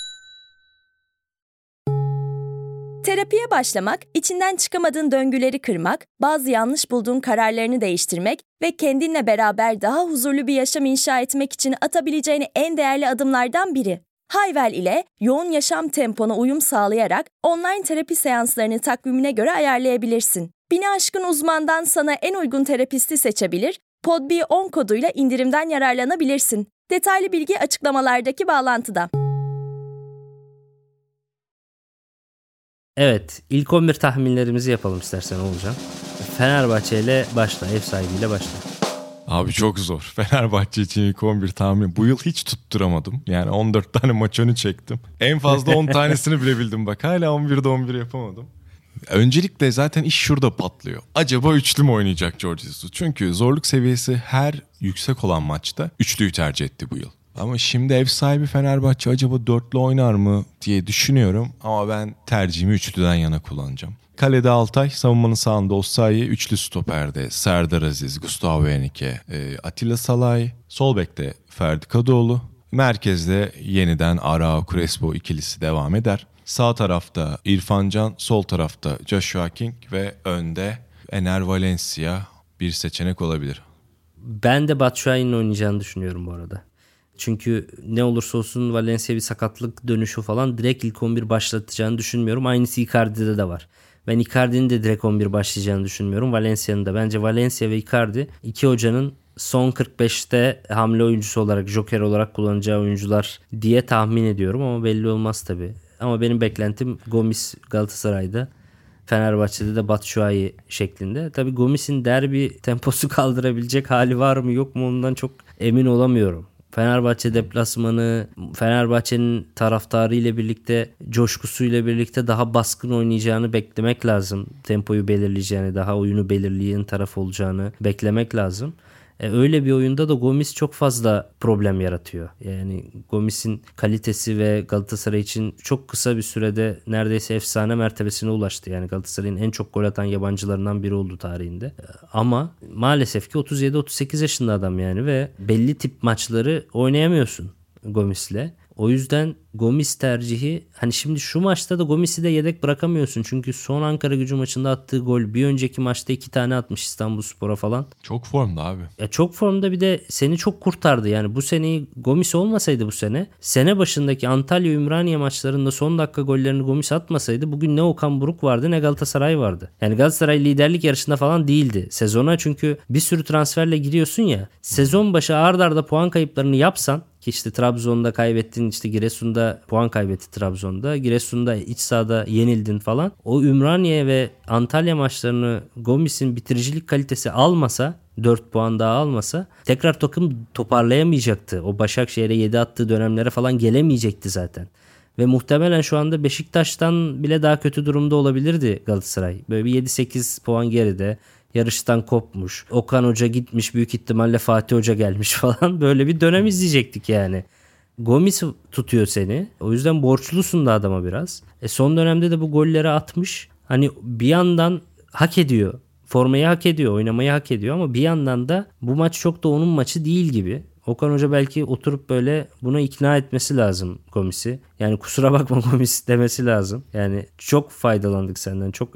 Terapiye başlamak, içinden çıkamadığın döngüleri kırmak, bazı yanlış bulduğun kararlarını değiştirmek ve kendinle beraber daha huzurlu bir yaşam inşa etmek için atabileceğin en değerli adımlardan biri. Hayvel ile yoğun yaşam tempona uyum sağlayarak online terapi seanslarını takvimine göre ayarlayabilirsin. 1000'i aşkın uzmandan sana en uygun terapisti seçebilir, PodB10 koduyla indirimden yararlanabilirsin. Detaylı bilgi açıklamalardaki bağlantıda. Evet, ilk 11 tahminlerimizi yapalım istersen Oğulcan. Fenerbahçe ile başla, ev sahibiyle başla. Abi çok zor. Fenerbahçe için ilk 11 tahmin. Bu yıl hiç tutturamadım. Yani 14 tane maç önü çektim. En fazla 10 tanesini bilebildim bak. Hala 11'de 11 yapamadım. Öncelikle zaten iş şurada patlıyor. Acaba üçlü mü oynayacak Jorge Jesus? Çünkü zorluk seviyesi her yüksek olan maçta üçlüyü tercih etti bu yıl. Ama şimdi ev sahibi Fenerbahçe acaba dörtlü oynar mı diye düşünüyorum. Ama ben tercihimi üçlüden yana kullanacağım. Kalede Altay, savunmanın sağında Osayi, üçlü stoperde Serdar Aziz, Gustavo Henrique, Atilla Salay, sol bekte Ferdi Kadıoğlu, merkezde yeniden Arao Crespo ikilisi devam eder. Sağ tarafta İrfan Can, sol tarafta Joshua King ve önde Ener Valencia bir seçenek olabilir. Ben de Batshuayi'nin oynayacağını düşünüyorum bu arada. Çünkü ne olursa olsun Valencia bir sakatlık dönüşü falan direkt ilk 11 başlatacağını düşünmüyorum. Aynısı Icardi'de de var. Ben Icardi'nin de direkt 11 başlayacağını düşünmüyorum. Valencia'nın da. Bence Valencia ve Icardi iki hocanın son 45'te hamle oyuncusu olarak, joker olarak kullanacağı oyuncular diye tahmin ediyorum ama belli olmaz tabii. Ama benim beklentim Gomis Galatasaray'da, Fenerbahçe'de de Batshuayi şeklinde. Tabii Gomis'in derbi temposu kaldırabilecek hali var mı yok mu ondan çok emin olamıyorum. Fenerbahçe deplasmanı, Fenerbahçe'nin taraftarı ile birlikte, coşkusuyla birlikte daha baskın oynayacağını beklemek lazım. Tempoyu belirleyeceğini, daha oyunu belirleyen taraf olacağını beklemek lazım. Öyle bir oyunda da Gomis çok fazla problem yaratıyor. Yani Gomis'in kalitesi ve Galatasaray için çok kısa bir sürede neredeyse efsane mertebesine ulaştı. Yani Galatasaray'ın en çok gol atan yabancılarından biri oldu tarihinde. Ama maalesef ki 37-38 yaşında adam yani ve belli tip maçları oynayamıyorsun Gomis'le. O yüzden Gomis tercihi, hani şimdi şu maçta da Gomis'i de yedek bırakamıyorsun. Çünkü son Ankaragücü maçında attığı gol, bir önceki maçta 2 tane atmış İstanbulspor'a falan. Çok formda abi. Ya çok formda, bir de seni çok kurtardı. Yani bu seneyi Gomis olmasaydı, bu sene başındaki Antalya Ümraniye maçlarında son dakika gollerini Gomis atmasaydı bugün ne Okan Buruk vardı ne Galatasaray vardı. Yani Galatasaray liderlik yarışında falan değildi sezona, çünkü bir sürü transferle giriyorsun ya. Sezon başı art arda puan kayıplarını yapsan, ki işte Trabzon'da kaybettin, işte Giresun'da puan kaybetti Trabzon'da. Giresun'da iç sahada yenildin falan. O Ümraniye ve Antalya maçlarını Gomis'in bitiricilik kalitesi almasa 4 puan daha almasa tekrar takım toparlayamayacaktı. O Başakşehir'e 7 attığı dönemlere falan gelemeyecekti zaten. Ve muhtemelen şu anda Beşiktaş'tan bile daha kötü durumda olabilirdi Galatasaray. Böyle bir 7-8 puan geride, yarıştan kopmuş. Okan Hoca gitmiş, büyük ihtimalle Fatih Hoca gelmiş falan. Böyle bir dönem izleyecektik yani. Gomis tutuyor seni. O yüzden borçlusun da adama biraz. Son dönemde de bu golleri atmış. Hani bir yandan hak ediyor. Formayı hak ediyor, oynamayı hak ediyor ama bir yandan da bu maç çok da onun maçı değil gibi. Okan Hoca belki oturup böyle buna ikna etmesi lazım Gomis'i. Yani kusura bakma Gomis demesi lazım. Yani çok faydalandık senden. Çok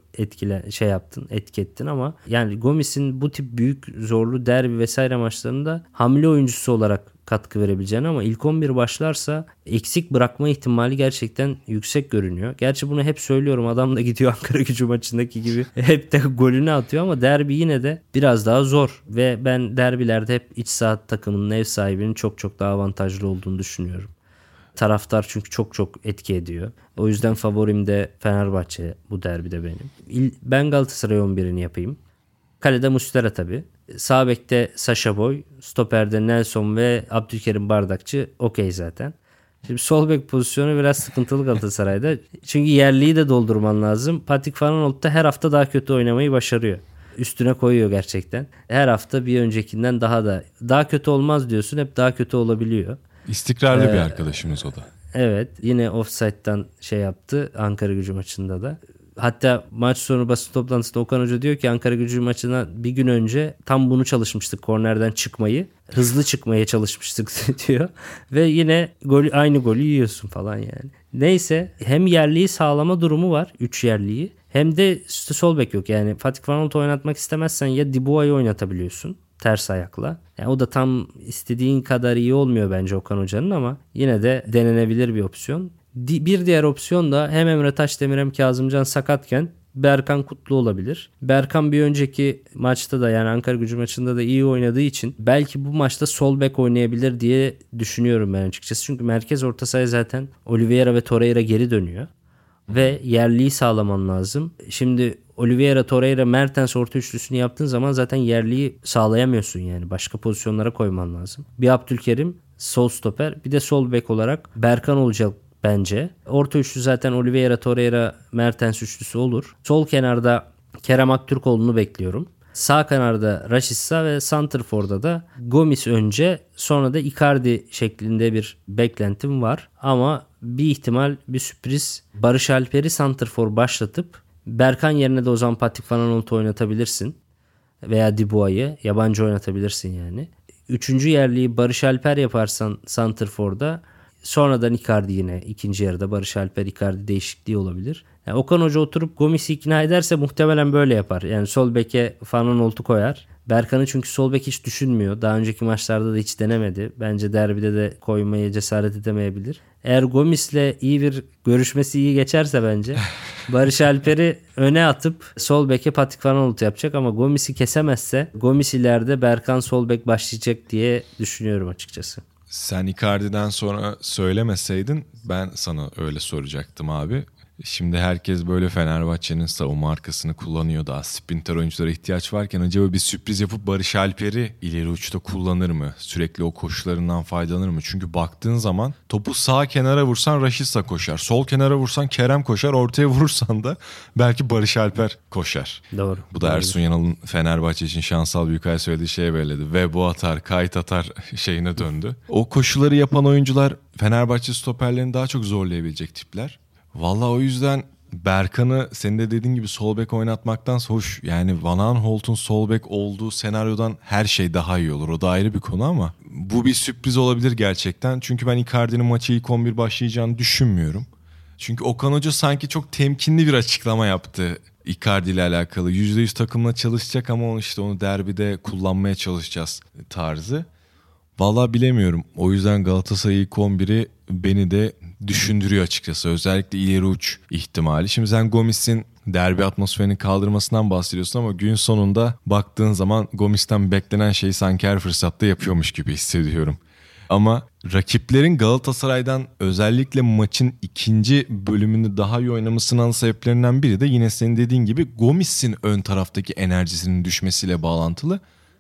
etki ettin ama yani Gomis'in bu tip büyük zorlu derbi vesaire maçlarında hamle oyuncusu olarak katkı verebileceğini ama ilk 11 başlarsa eksik bırakma ihtimali gerçekten yüksek görünüyor. Gerçi bunu hep söylüyorum. Adam da gidiyor Ankaragücü maçındaki gibi hep de golünü atıyor ama derbi yine de biraz daha zor ve ben derbilerde hep iç saha takımının, ev sahibinin çok çok daha avantajlı olduğunu düşünüyorum. Taraftar çünkü çok çok etki ediyor. O yüzden favorim de Fenerbahçe bu derbide benim. Ben Galatasaray 11'ini yapayım. Kalede Muslera tabii. Sağ bekte Sacha Boey, stoperde Nelson ve Abdülkerim Bardakçı okey zaten. Şimdi sol bek pozisyonu biraz sıkıntılı Galatasaray'da. Çünkü yerliyi de doldurman lazım. Patrick Van Aanholt da her hafta daha kötü oynamayı başarıyor. Üstüne koyuyor gerçekten. Her hafta bir öncekinden daha kötü olmaz diyorsun. Hep daha kötü olabiliyor. İstikrarlı bir arkadaşımız o da. Evet, yine offside'dan yaptı Ankaragücü maçında da. Hatta maç sonu basın toplantısında Okan Hoca diyor ki Ankaragücü maçına bir gün önce tam bunu çalışmıştık, kornerden çıkmayı. Hızlı çıkmaya çalışmıştık diyor. Ve yine aynı golü yiyorsun falan yani. Neyse, hem yerliyi sağlama durumu var, 3 yerliyi. Hem de sol bek yok. Yani Fatih Van Aanholt'u oynatmak istemezsen ya Dibua'yı oynatabiliyorsun ters ayakla. Yani o da tam istediğin kadar iyi olmuyor bence Okan Hoca'nın ama yine de denenebilir bir opsiyon. Bir diğer opsiyon da hem Emre Taşdemir hem Kazımcan sakatken Berkan Kutlu olabilir. Berkan bir önceki maçta da yani Ankaragücü maçında da iyi oynadığı için belki bu maçta sol bek oynayabilir diye düşünüyorum ben açıkçası. Çünkü merkez orta sahaya zaten Oliveira ve Torreira geri dönüyor. Ve yerliyi sağlaman lazım. Şimdi Oliveira, Torreira, Mertens orta üçlüsünü yaptığın zaman zaten yerliyi sağlayamıyorsun yani. Başka pozisyonlara koyman lazım. Bir Abdülkerim sol stoper, bir de sol bek olarak Berkan olacak bence. Orta üçlü zaten Oliveira, Torreira, Mertens üçlüsü olur. Sol kenarda Kerem Aktürkoğlu'nu bekliyorum. Sağ kenarda Rashica ve santrfor'da da Gomis önce, sonra da Icardi şeklinde bir beklentim var. Ama bir ihtimal, bir sürpriz, Barış Alper'i santrfor başlatıp Berkan yerine de o zaman Patrick Van Aanholt'u oynatabilirsin. Veya Dibua'yı yabancı oynatabilirsin yani. Üçüncü yerliyi Barış Alper yaparsan santrfor'da, sonradan Icardi yine ikinci yarıda Barış Alper Icardi değişikliği olabilir. Yani Okan Hoca oturup Gomis'i ikna ederse muhtemelen böyle yapar. Yani sol beke Van Aanholt'u koyar. Berkan'ı çünkü sol bek hiç düşünmüyor. Daha önceki maçlarda da hiç denemedi. Bence derbide de koymaya cesaret edemeyebilir. Eğer Gomis'le görüşmesi iyi geçerse bence Barış Alper'i öne atıp sol beke Patrick Van Aanholt yapacak ama Gomis'i kesemezse Gomis ileride, Berkan sol bek başlayacak diye düşünüyorum açıkçası. Sen Icardi'den sonra söylemeseydin ben sana öyle soracaktım abi. Şimdi herkes böyle Fenerbahçe'nin savunma arkasını kullanıyor. Daha sprinter oyunculara ihtiyaç varken acaba bir sürpriz yapıp Barış Alper'i ileri uçta kullanır mı? Sürekli o koşularından faydalanır mı? Çünkü baktığın zaman topu sağ kenara vursan Rashica koşar. Sol kenara vursan Kerem koşar. Ortaya vurursan da belki Barış Alper koşar. Doğru. Bu da Ersun Yanal'ın Fenerbahçe için şansal büyükay söylediği şeye belirledi. Ve bu atar, kayıt atar şeyine döndü. O koşuları yapan oyuncular Fenerbahçe stoperlerini daha çok zorlayabilecek tipler. Vallahi o yüzden Berkan'ı senin de dediğin gibi sol bek oynatmaktan hoş. Yani Van Aanholt'un sol bek olduğu senaryodan her şey daha iyi olur. O da ayrı bir konu ama bu bir sürpriz olabilir gerçekten. Çünkü ben Icardi'nin maçı ilk 11 başlayacağını düşünmüyorum. Çünkü Okan Hoca sanki çok temkinli bir açıklama yaptı Icardi ile alakalı. %100 takımla çalışacak ama onu derbide kullanmaya çalışacağız tarzı. Vallahi bilemiyorum. O yüzden Galatasaray ilk 11'i beni de düşündürüyor açıkçası. Özellikle ileri uç ihtimali. Şimdi sen Gomis'in derbi atmosferini kaldırmasından bahsediyorsun ama gün sonunda baktığın zaman Gomis'ten beklenen şeyi sanki her fırsatta yapıyormuş gibi hissediyorum. Ama rakiplerin Galatasaray'dan özellikle maçın ikinci bölümünü daha iyi oynamasının ana sebeplerinden biri de yine senin dediğin gibi Gomis'in ön taraftaki enerjisinin düşmesiyle bağlantılı.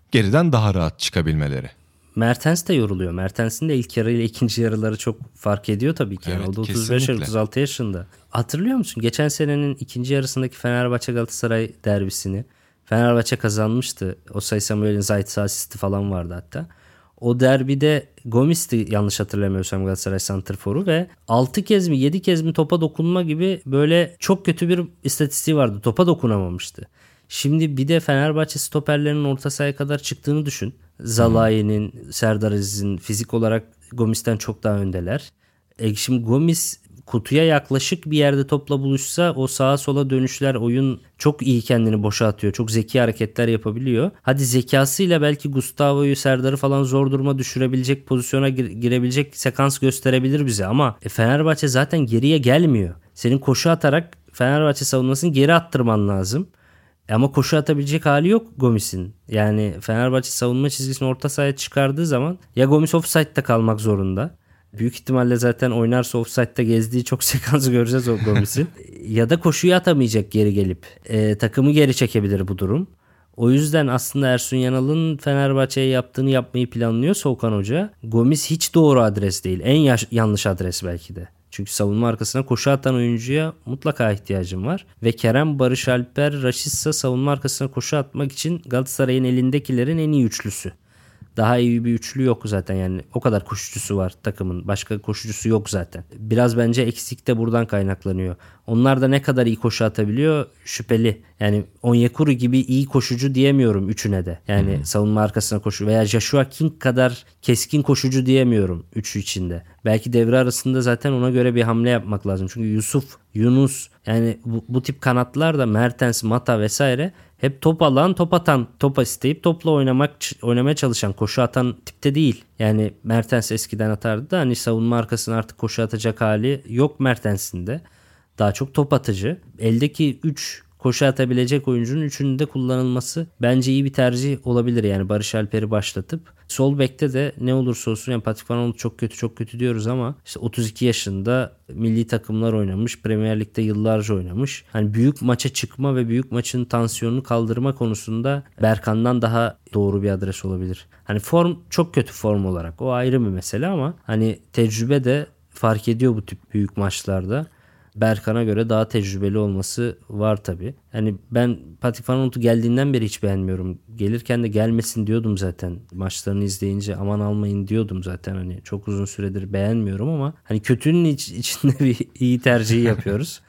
geriden daha rahat çıkabilmeleri. Mertens de yoruluyor. Mertens'in de ilk yarı ile ikinci yarıları çok fark ediyor tabii ki. Evet, o da 35-36 yaşında. Hatırlıyor musun? Geçen senenin ikinci yarısındaki Fenerbahçe Galatasaray derbisini Fenerbahçe kazanmıştı. Osay Samuel'in Zayt'sı asisti falan vardı hatta. O derbide Gomis'ti yanlış hatırlamıyorsam Galatasaray santrforu ve 6 kez mi 7 kez mi topa dokunma gibi böyle çok kötü bir istatistiği vardı. Topa dokunamamıştı. Şimdi bir de Fenerbahçe stoperlerinin orta sahaya kadar çıktığını düşün. Zalai'nin, Serdar Aziz'in fizik olarak Gomis'ten çok daha öndeler. Şimdi Gomis kutuya yaklaşık bir yerde topla buluşsa o sağa sola dönüşler, oyun çok iyi kendini boşa atıyor. Çok zeki hareketler yapabiliyor. Hadi zekasıyla belki Gustavo'yu, Serdar'ı falan zor duruma düşürebilecek, pozisyona girebilecek sekans gösterebilir bize ama Fenerbahçe zaten geriye gelmiyor. Senin koşu atarak Fenerbahçe savunmasını geri attırman lazım. Ama koşu atabilecek hali yok Gomis'in. Yani Fenerbahçe savunma çizgisini orta sahaya çıkardığı zaman ya Gomis offside'da kalmak zorunda. Büyük ihtimalle zaten oynarsa offside'da gezdiği çok sekans göreceğiz o Gomis'in. Ya da koşuyu atamayacak geri gelip. Takımı geri çekebilir bu durum. O yüzden aslında Ersun Yanal'ın Fenerbahçe'ye yaptığını yapmayı planlıyor Okan Hoca. Gomis hiç doğru adres değil. En yanlış adres belki de. Çünkü savunma arkasına koşu atan oyuncuya mutlaka ihtiyacım var. Ve Kerem, Barış Alper, Rashica savunma arkasına koşu atmak için Galatasaray'ın elindekilerin en iyi üçlüsü. Daha iyi bir üçlü yok zaten yani. O kadar koşucusu var takımın. Başka koşucusu yok zaten. Biraz bence eksik de buradan kaynaklanıyor. Onlar da ne kadar iyi koşu atabiliyor şüpheli. Yani Onyekuru gibi iyi koşucu diyemiyorum üçüne de. Yani savunma arkasına koşu veya Joshua King kadar keskin koşucu diyemiyorum üçü içinde. Belki devre arasında zaten ona göre bir hamle yapmak lazım. Çünkü Yusuf, Yunus yani bu tip kanatlar da Mertens, Mata vesaire hep top alan, top atan, top isteyip topla oynamaya çalışan, koşu atan tipte değil. Yani Mertens eskiden atardı da hani savunma arkasına artık koşu atacak hali yok Mertens'in de. Daha çok top atıcı. Eldeki 3 koşu atabilecek oyuncunun üçünün de kullanılması bence iyi bir tercih olabilir. Yani Barış Alper'i başlatıp sol bekte de ne olursa olsun yani Patrick Van Aanholt çok kötü diyoruz ama işte 32 yaşında milli takımlar oynamış. Premier Lig'de yıllarca oynamış. Hani büyük maça çıkma ve büyük maçın tansiyonunu kaldırma konusunda Berkan'dan daha doğru bir adres olabilir. Hani form çok kötü form olarak. O ayrı bir mesele ama hani tecrübe de fark ediyor bu tip büyük maçlarda. Berkan'a göre daha tecrübeli olması var tabii. Yani ben Patrick Van Aanholt'u geldiğinden beri hiç beğenmiyorum. Gelirken de gelmesin diyordum zaten. Maçlarını izleyince aman almayın diyordum zaten. Hani çok uzun süredir beğenmiyorum ama hani kötünün içinde bir iyi tercihi yapıyoruz.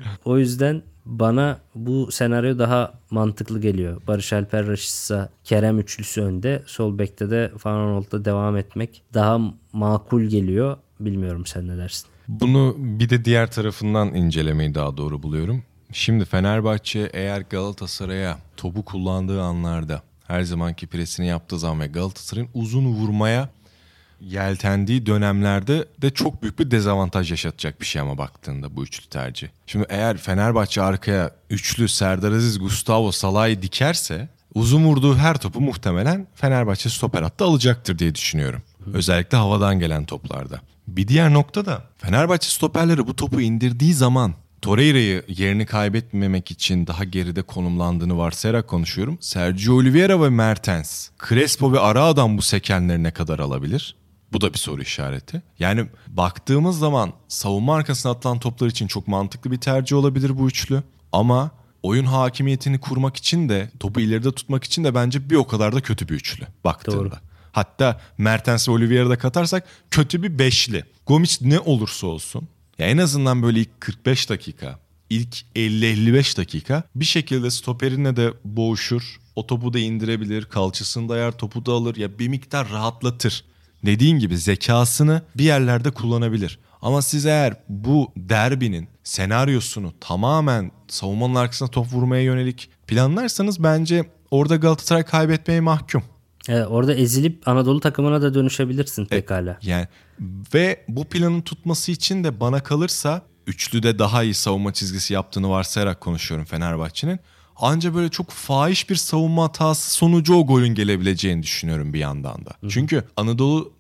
O yüzden bana bu senaryo daha mantıklı geliyor. Barış Alper, Rashica, Kerem üçlüsü önde. Sol bekte de Van Aanholt'ta devam etmek daha makul geliyor. Bilmiyorum sen ne dersin? Bunu bir de diğer tarafından incelemeyi daha doğru buluyorum. Şimdi Fenerbahçe eğer Galatasaray'a topu kullandığı anlarda her zamanki presini yaptığı zaman ve Galatasaray'ın uzun vurmaya yeltendiği dönemlerde de çok büyük bir dezavantaj yaşatacak bir şey ama baktığında bu üçlü tercih. Şimdi eğer Fenerbahçe arkaya üçlü Serdar Aziz, Gustavo, Salah'ı dikerse uzun vurduğu her topu muhtemelen Fenerbahçe stoper hattı alacaktır diye düşünüyorum. Özellikle havadan gelen toplarda. Bir diğer nokta da Fenerbahçe stoperleri bu topu indirdiği zaman Torreira'yı yerini kaybetmemek için daha geride konumlandığını varsayarak konuşuyorum. Sergio Oliveira ve Mertens, Crespo ve ara adam bu sekenleri ne kadar alabilir? Bu da bir soru işareti. Yani baktığımız zaman savunma arkasına atılan toplar için çok mantıklı bir tercih olabilir bu üçlü. Ama oyun hakimiyetini kurmak için de topu ileride tutmak için de bence bir o kadar da kötü bir üçlü baktığında. Doğru. Hatta Mertens ve Oliveira'da katarsak kötü bir beşli. Gomis ne olursa olsun ya en azından böyle ilk 45 dakika, ilk 50-55 dakika bir şekilde stoperinle de boğuşur. O topu da indirebilir, kalçasını dayar, topu da alır ya bir miktar rahatlatır. Dediğin gibi zekasını bir yerlerde kullanabilir. Ama siz eğer bu derbinin senaryosunu tamamen savunmanın arkasına top vurmaya yönelik planlarsanız bence orada Galatasaray kaybetmeye mahkum. Orada ezilip Anadolu takımına da dönüşebilirsin pekala. Yani ve bu planın tutması için de bana kalırsa üçlüde daha iyi savunma çizgisi yaptığını varsayarak konuşuyorum Fenerbahçe'nin. Anca böyle çok fahiş bir savunma hatası sonucu o golün gelebileceğini düşünüyorum bir yandan da. Çünkü Anadolu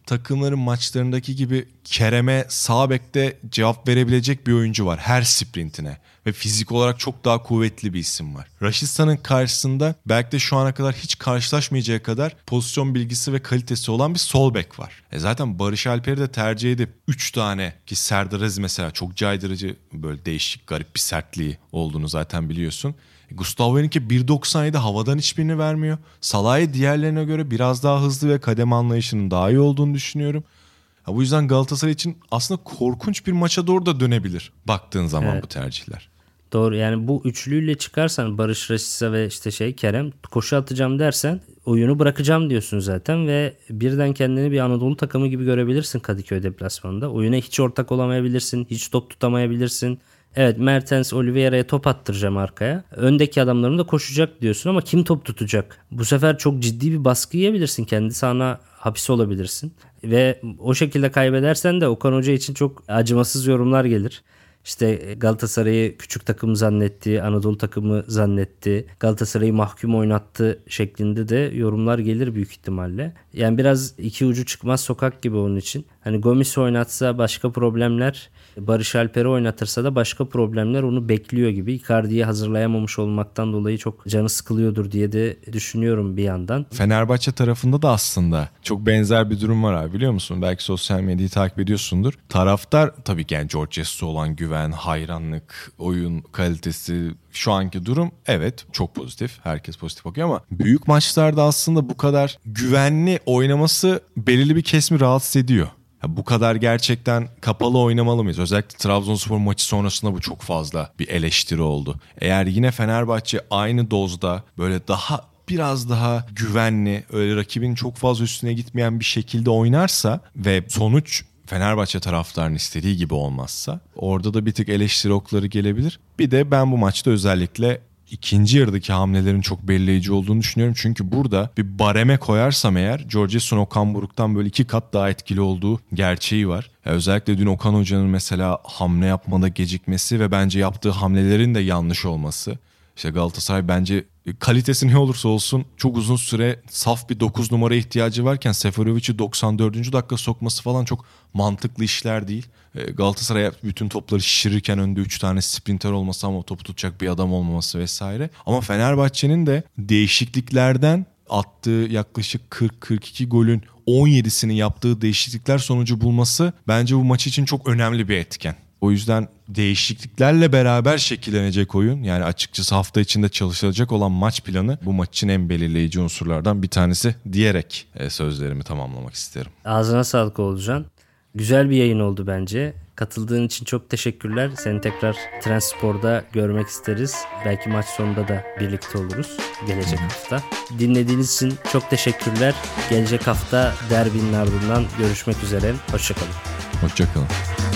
takımların maçlarındaki gibi Kerem'e sağ bekte cevap verebilecek bir oyuncu var her sprintine. Ve fizik olarak çok daha kuvvetli bir isim var. Raşitsa'nın karşısında belki de şu ana kadar hiç karşılaşmayacağı kadar pozisyon bilgisi ve kalitesi olan bir sol bek var. Zaten Barış Alper'i de tercih edip 3 tane ki Serdar Aziz mesela çok caydırıcı, böyle değişik garip bir sertliği olduğunu zaten biliyorsun. Gustavo Henrique 1.97 havadan hiçbirini vermiyor. Salah'ı diğerlerine göre biraz daha hızlı ve kademe anlayışının daha iyi olduğunu düşünüyorum. Bu yüzden Galatasaray için aslında korkunç bir maça doğru da dönebilir baktığın zaman bu tercihler. Doğru, yani bu üçlüyle çıkarsan Barış, Rashica ve Kerem, koşu atacağım dersen oyunu bırakacağım diyorsun zaten ve birden kendini bir Anadolu takımı gibi görebilirsin Kadıköy deplasmanında. Oyuna hiç ortak olamayabilirsin, hiç top tutamayabilirsin. Evet, Mertens, Oliveira'ya top attıracağım arkaya. Öndeki adamlarım da koşacak diyorsun ama kim top tutacak? Bu sefer çok ciddi bir baskı yiyebilirsin. Kendi sahana hapis olabilirsin. Ve o şekilde kaybedersen de Okan Hoca için çok acımasız yorumlar gelir. İşte Galatasaray'ı küçük takım zannetti, Anadolu takımı zannetti, Galatasaray'ı mahkum oynattı şeklinde de yorumlar gelir büyük ihtimalle. Yani biraz iki ucu çıkmaz sokak gibi onun için. Hani Gomis'i oynatsa başka problemler, Barış Alper'i oynatırsa da başka problemler onu bekliyor gibi. Icardi'yi hazırlayamamış olmaktan dolayı çok canı sıkılıyordur diye de düşünüyorum bir yandan. Fenerbahçe tarafında da aslında çok benzer bir durum var abi, biliyor musun? Belki sosyal medyayı takip ediyorsundur. Taraftar tabii ki yani George Jesus'a olan güven, hayranlık, oyun kalitesi, şu anki durum evet çok pozitif. Herkes pozitif bakıyor ama büyük maçlarda aslında bu kadar güvenli oynaması belirli bir kesimi rahatsız ediyor. Bu kadar gerçekten kapalı oynamalı mıyız? Özellikle Trabzonspor maçı sonrasında bu çok fazla bir eleştiri oldu. Eğer yine Fenerbahçe aynı dozda böyle biraz daha güvenli, öyle rakibin çok fazla üstüne gitmeyen bir şekilde oynarsa ve sonuç Fenerbahçe taraftarının istediği gibi olmazsa orada da bir tık eleştiri okları gelebilir. Bir de ben bu maçta özellikle İkinci yarıdaki hamlelerin çok belirleyici olduğunu düşünüyorum. Çünkü burada bir bareme koyarsam eğer George Jesus'un Okan Buruk'tan böyle 2 kat daha etkili olduğu gerçeği var. Özellikle dün Okan Hoca'nın mesela hamle yapmada gecikmesi ve bence yaptığı hamlelerin de yanlış olması. İşte Galatasaray bence kalitesi ne olursa olsun çok uzun süre saf bir 9 numara ihtiyacı varken Seferovic'i 94. dakika sokması falan çok mantıklı işler değil. Galatasaray bütün topları şişirirken önde 3 tane sprinter olması ama topu tutacak bir adam olmaması vesaire. Ama Fenerbahçe'nin de değişikliklerden attığı yaklaşık 40-42 golün 17'sini yaptığı değişiklikler sonucu bulması bence bu maç için çok önemli bir etken. O yüzden değişikliklerle beraber şekillenecek oyun, yani açıkçası hafta içinde çalışılacak olan maç planı bu maç için en belirleyici unsurlardan bir tanesi diyerek sözlerimi tamamlamak isterim. Ağzına sağlık Oğulcan. Güzel bir yayın oldu bence. Katıldığın için çok teşekkürler. Seni tekrar Trendspor'da görmek isteriz. Belki maç sonunda da birlikte oluruz gelecek hafta. Dinlediğiniz için çok teşekkürler. Gelecek hafta derbinin ardından görüşmek üzere. Hoşçakalın. Hoşçakalın.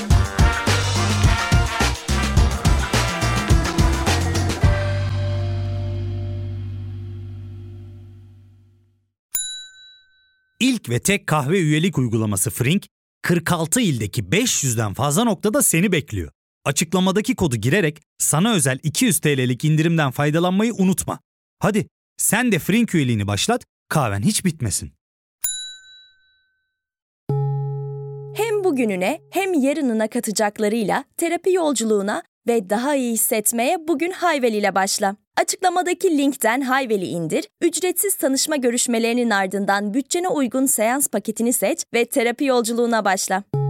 İlk ve tek kahve üyelik uygulaması Frink, 46 ildeki 500'den fazla noktada seni bekliyor. Açıklamadaki kodu girerek sana özel 200 TL'lik indirimden faydalanmayı unutma. Hadi sen de Frink üyeliğini başlat, kahven hiç bitmesin. Hem bugününe hem yarınına katacaklarıyla terapi yolculuğuna ve daha iyi hissetmeye bugün Hayvel ile başla. Açıklamadaki linkten Hayvel'i indir, ücretsiz tanışma görüşmelerinin ardından bütçene uygun seans paketini seç ve terapi yolculuğuna başla.